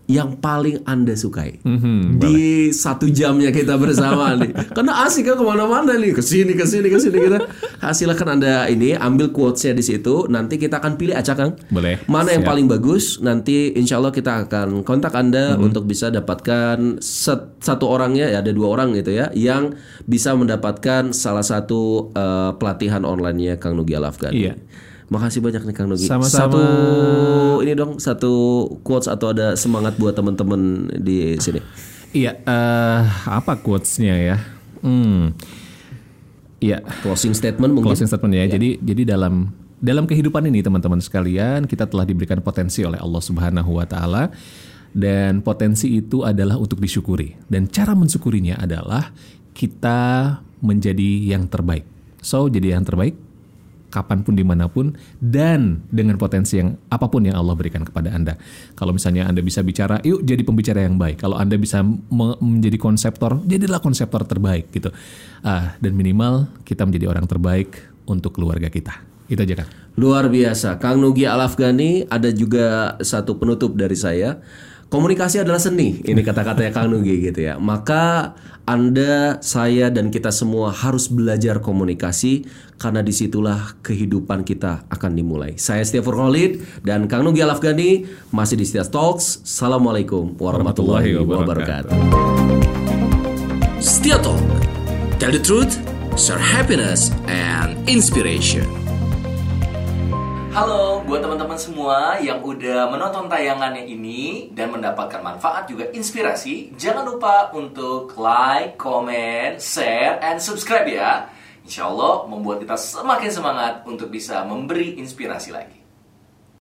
yang paling Anda sukai Mhm, di satu jamnya kita bersama nih. Karena asik kan kemana-mana nih, kesini kesini kesini kita. Silahkan Anda ini ambil quotesnya di situ. Nanti kita akan pilih acak Kang. Boleh. Mana yang Siap. paling bagus? Nanti insya Allah kita akan kontak Anda untuk bisa dapatkan set- satu orangnya, ya ada dua orang gitu ya, yang bisa mendapatkan salah satu eh, pelatihan online-nya Kang Nugi Al-Afghani. Iya. Makasih banyak nih Kang Nugi. Sama-sama. Satu ini dong, satu quotes atau ada semangat buat teman-teman di sini. Iya, eh, apa quotes-nya ya? Hmm. Iya, Closing statement mungkin. closing statement ya. Jadi jadi dalam dalam kehidupan ini teman-teman sekalian, kita telah diberikan potensi oleh Allah Subhanahu wa taala, dan potensi itu adalah untuk disyukuri. Dan cara mensyukurinya adalah kita menjadi yang terbaik. So, jadi yang terbaik kapanpun dimanapun dan dengan potensi yang apapun yang Allah berikan kepada Anda. Kalau misalnya Anda bisa bicara, yuk jadi pembicara yang baik. Kalau Anda bisa me- menjadi konseptor, jadilah konseptor terbaik gitu. Ah, dan minimal kita menjadi orang terbaik untuk keluarga kita. Itu aja Kang. Luar biasa. Kang Nugi Al-Afghani. Ada juga satu penutup dari saya. Komunikasi adalah seni. Ini kata-katanya Kang Nugi gitu ya. Maka Anda, saya, dan kita semua harus belajar komunikasi, karena disitulah kehidupan kita akan dimulai. Saya Setia Furqon dan Kang Nugi Al-Afghani masih di Setia Talks. Assalamualaikum warahmatullahi wabarakatuh. Setia Talk. Tell the truth, share happiness and inspiration. Halo buat teman-teman semua yang udah menonton tayangannya ini dan mendapatkan manfaat juga inspirasi. Jangan lupa untuk like, comment, share, and subscribe ya. Insya Allah membuat kita semakin semangat untuk bisa memberi inspirasi lagi.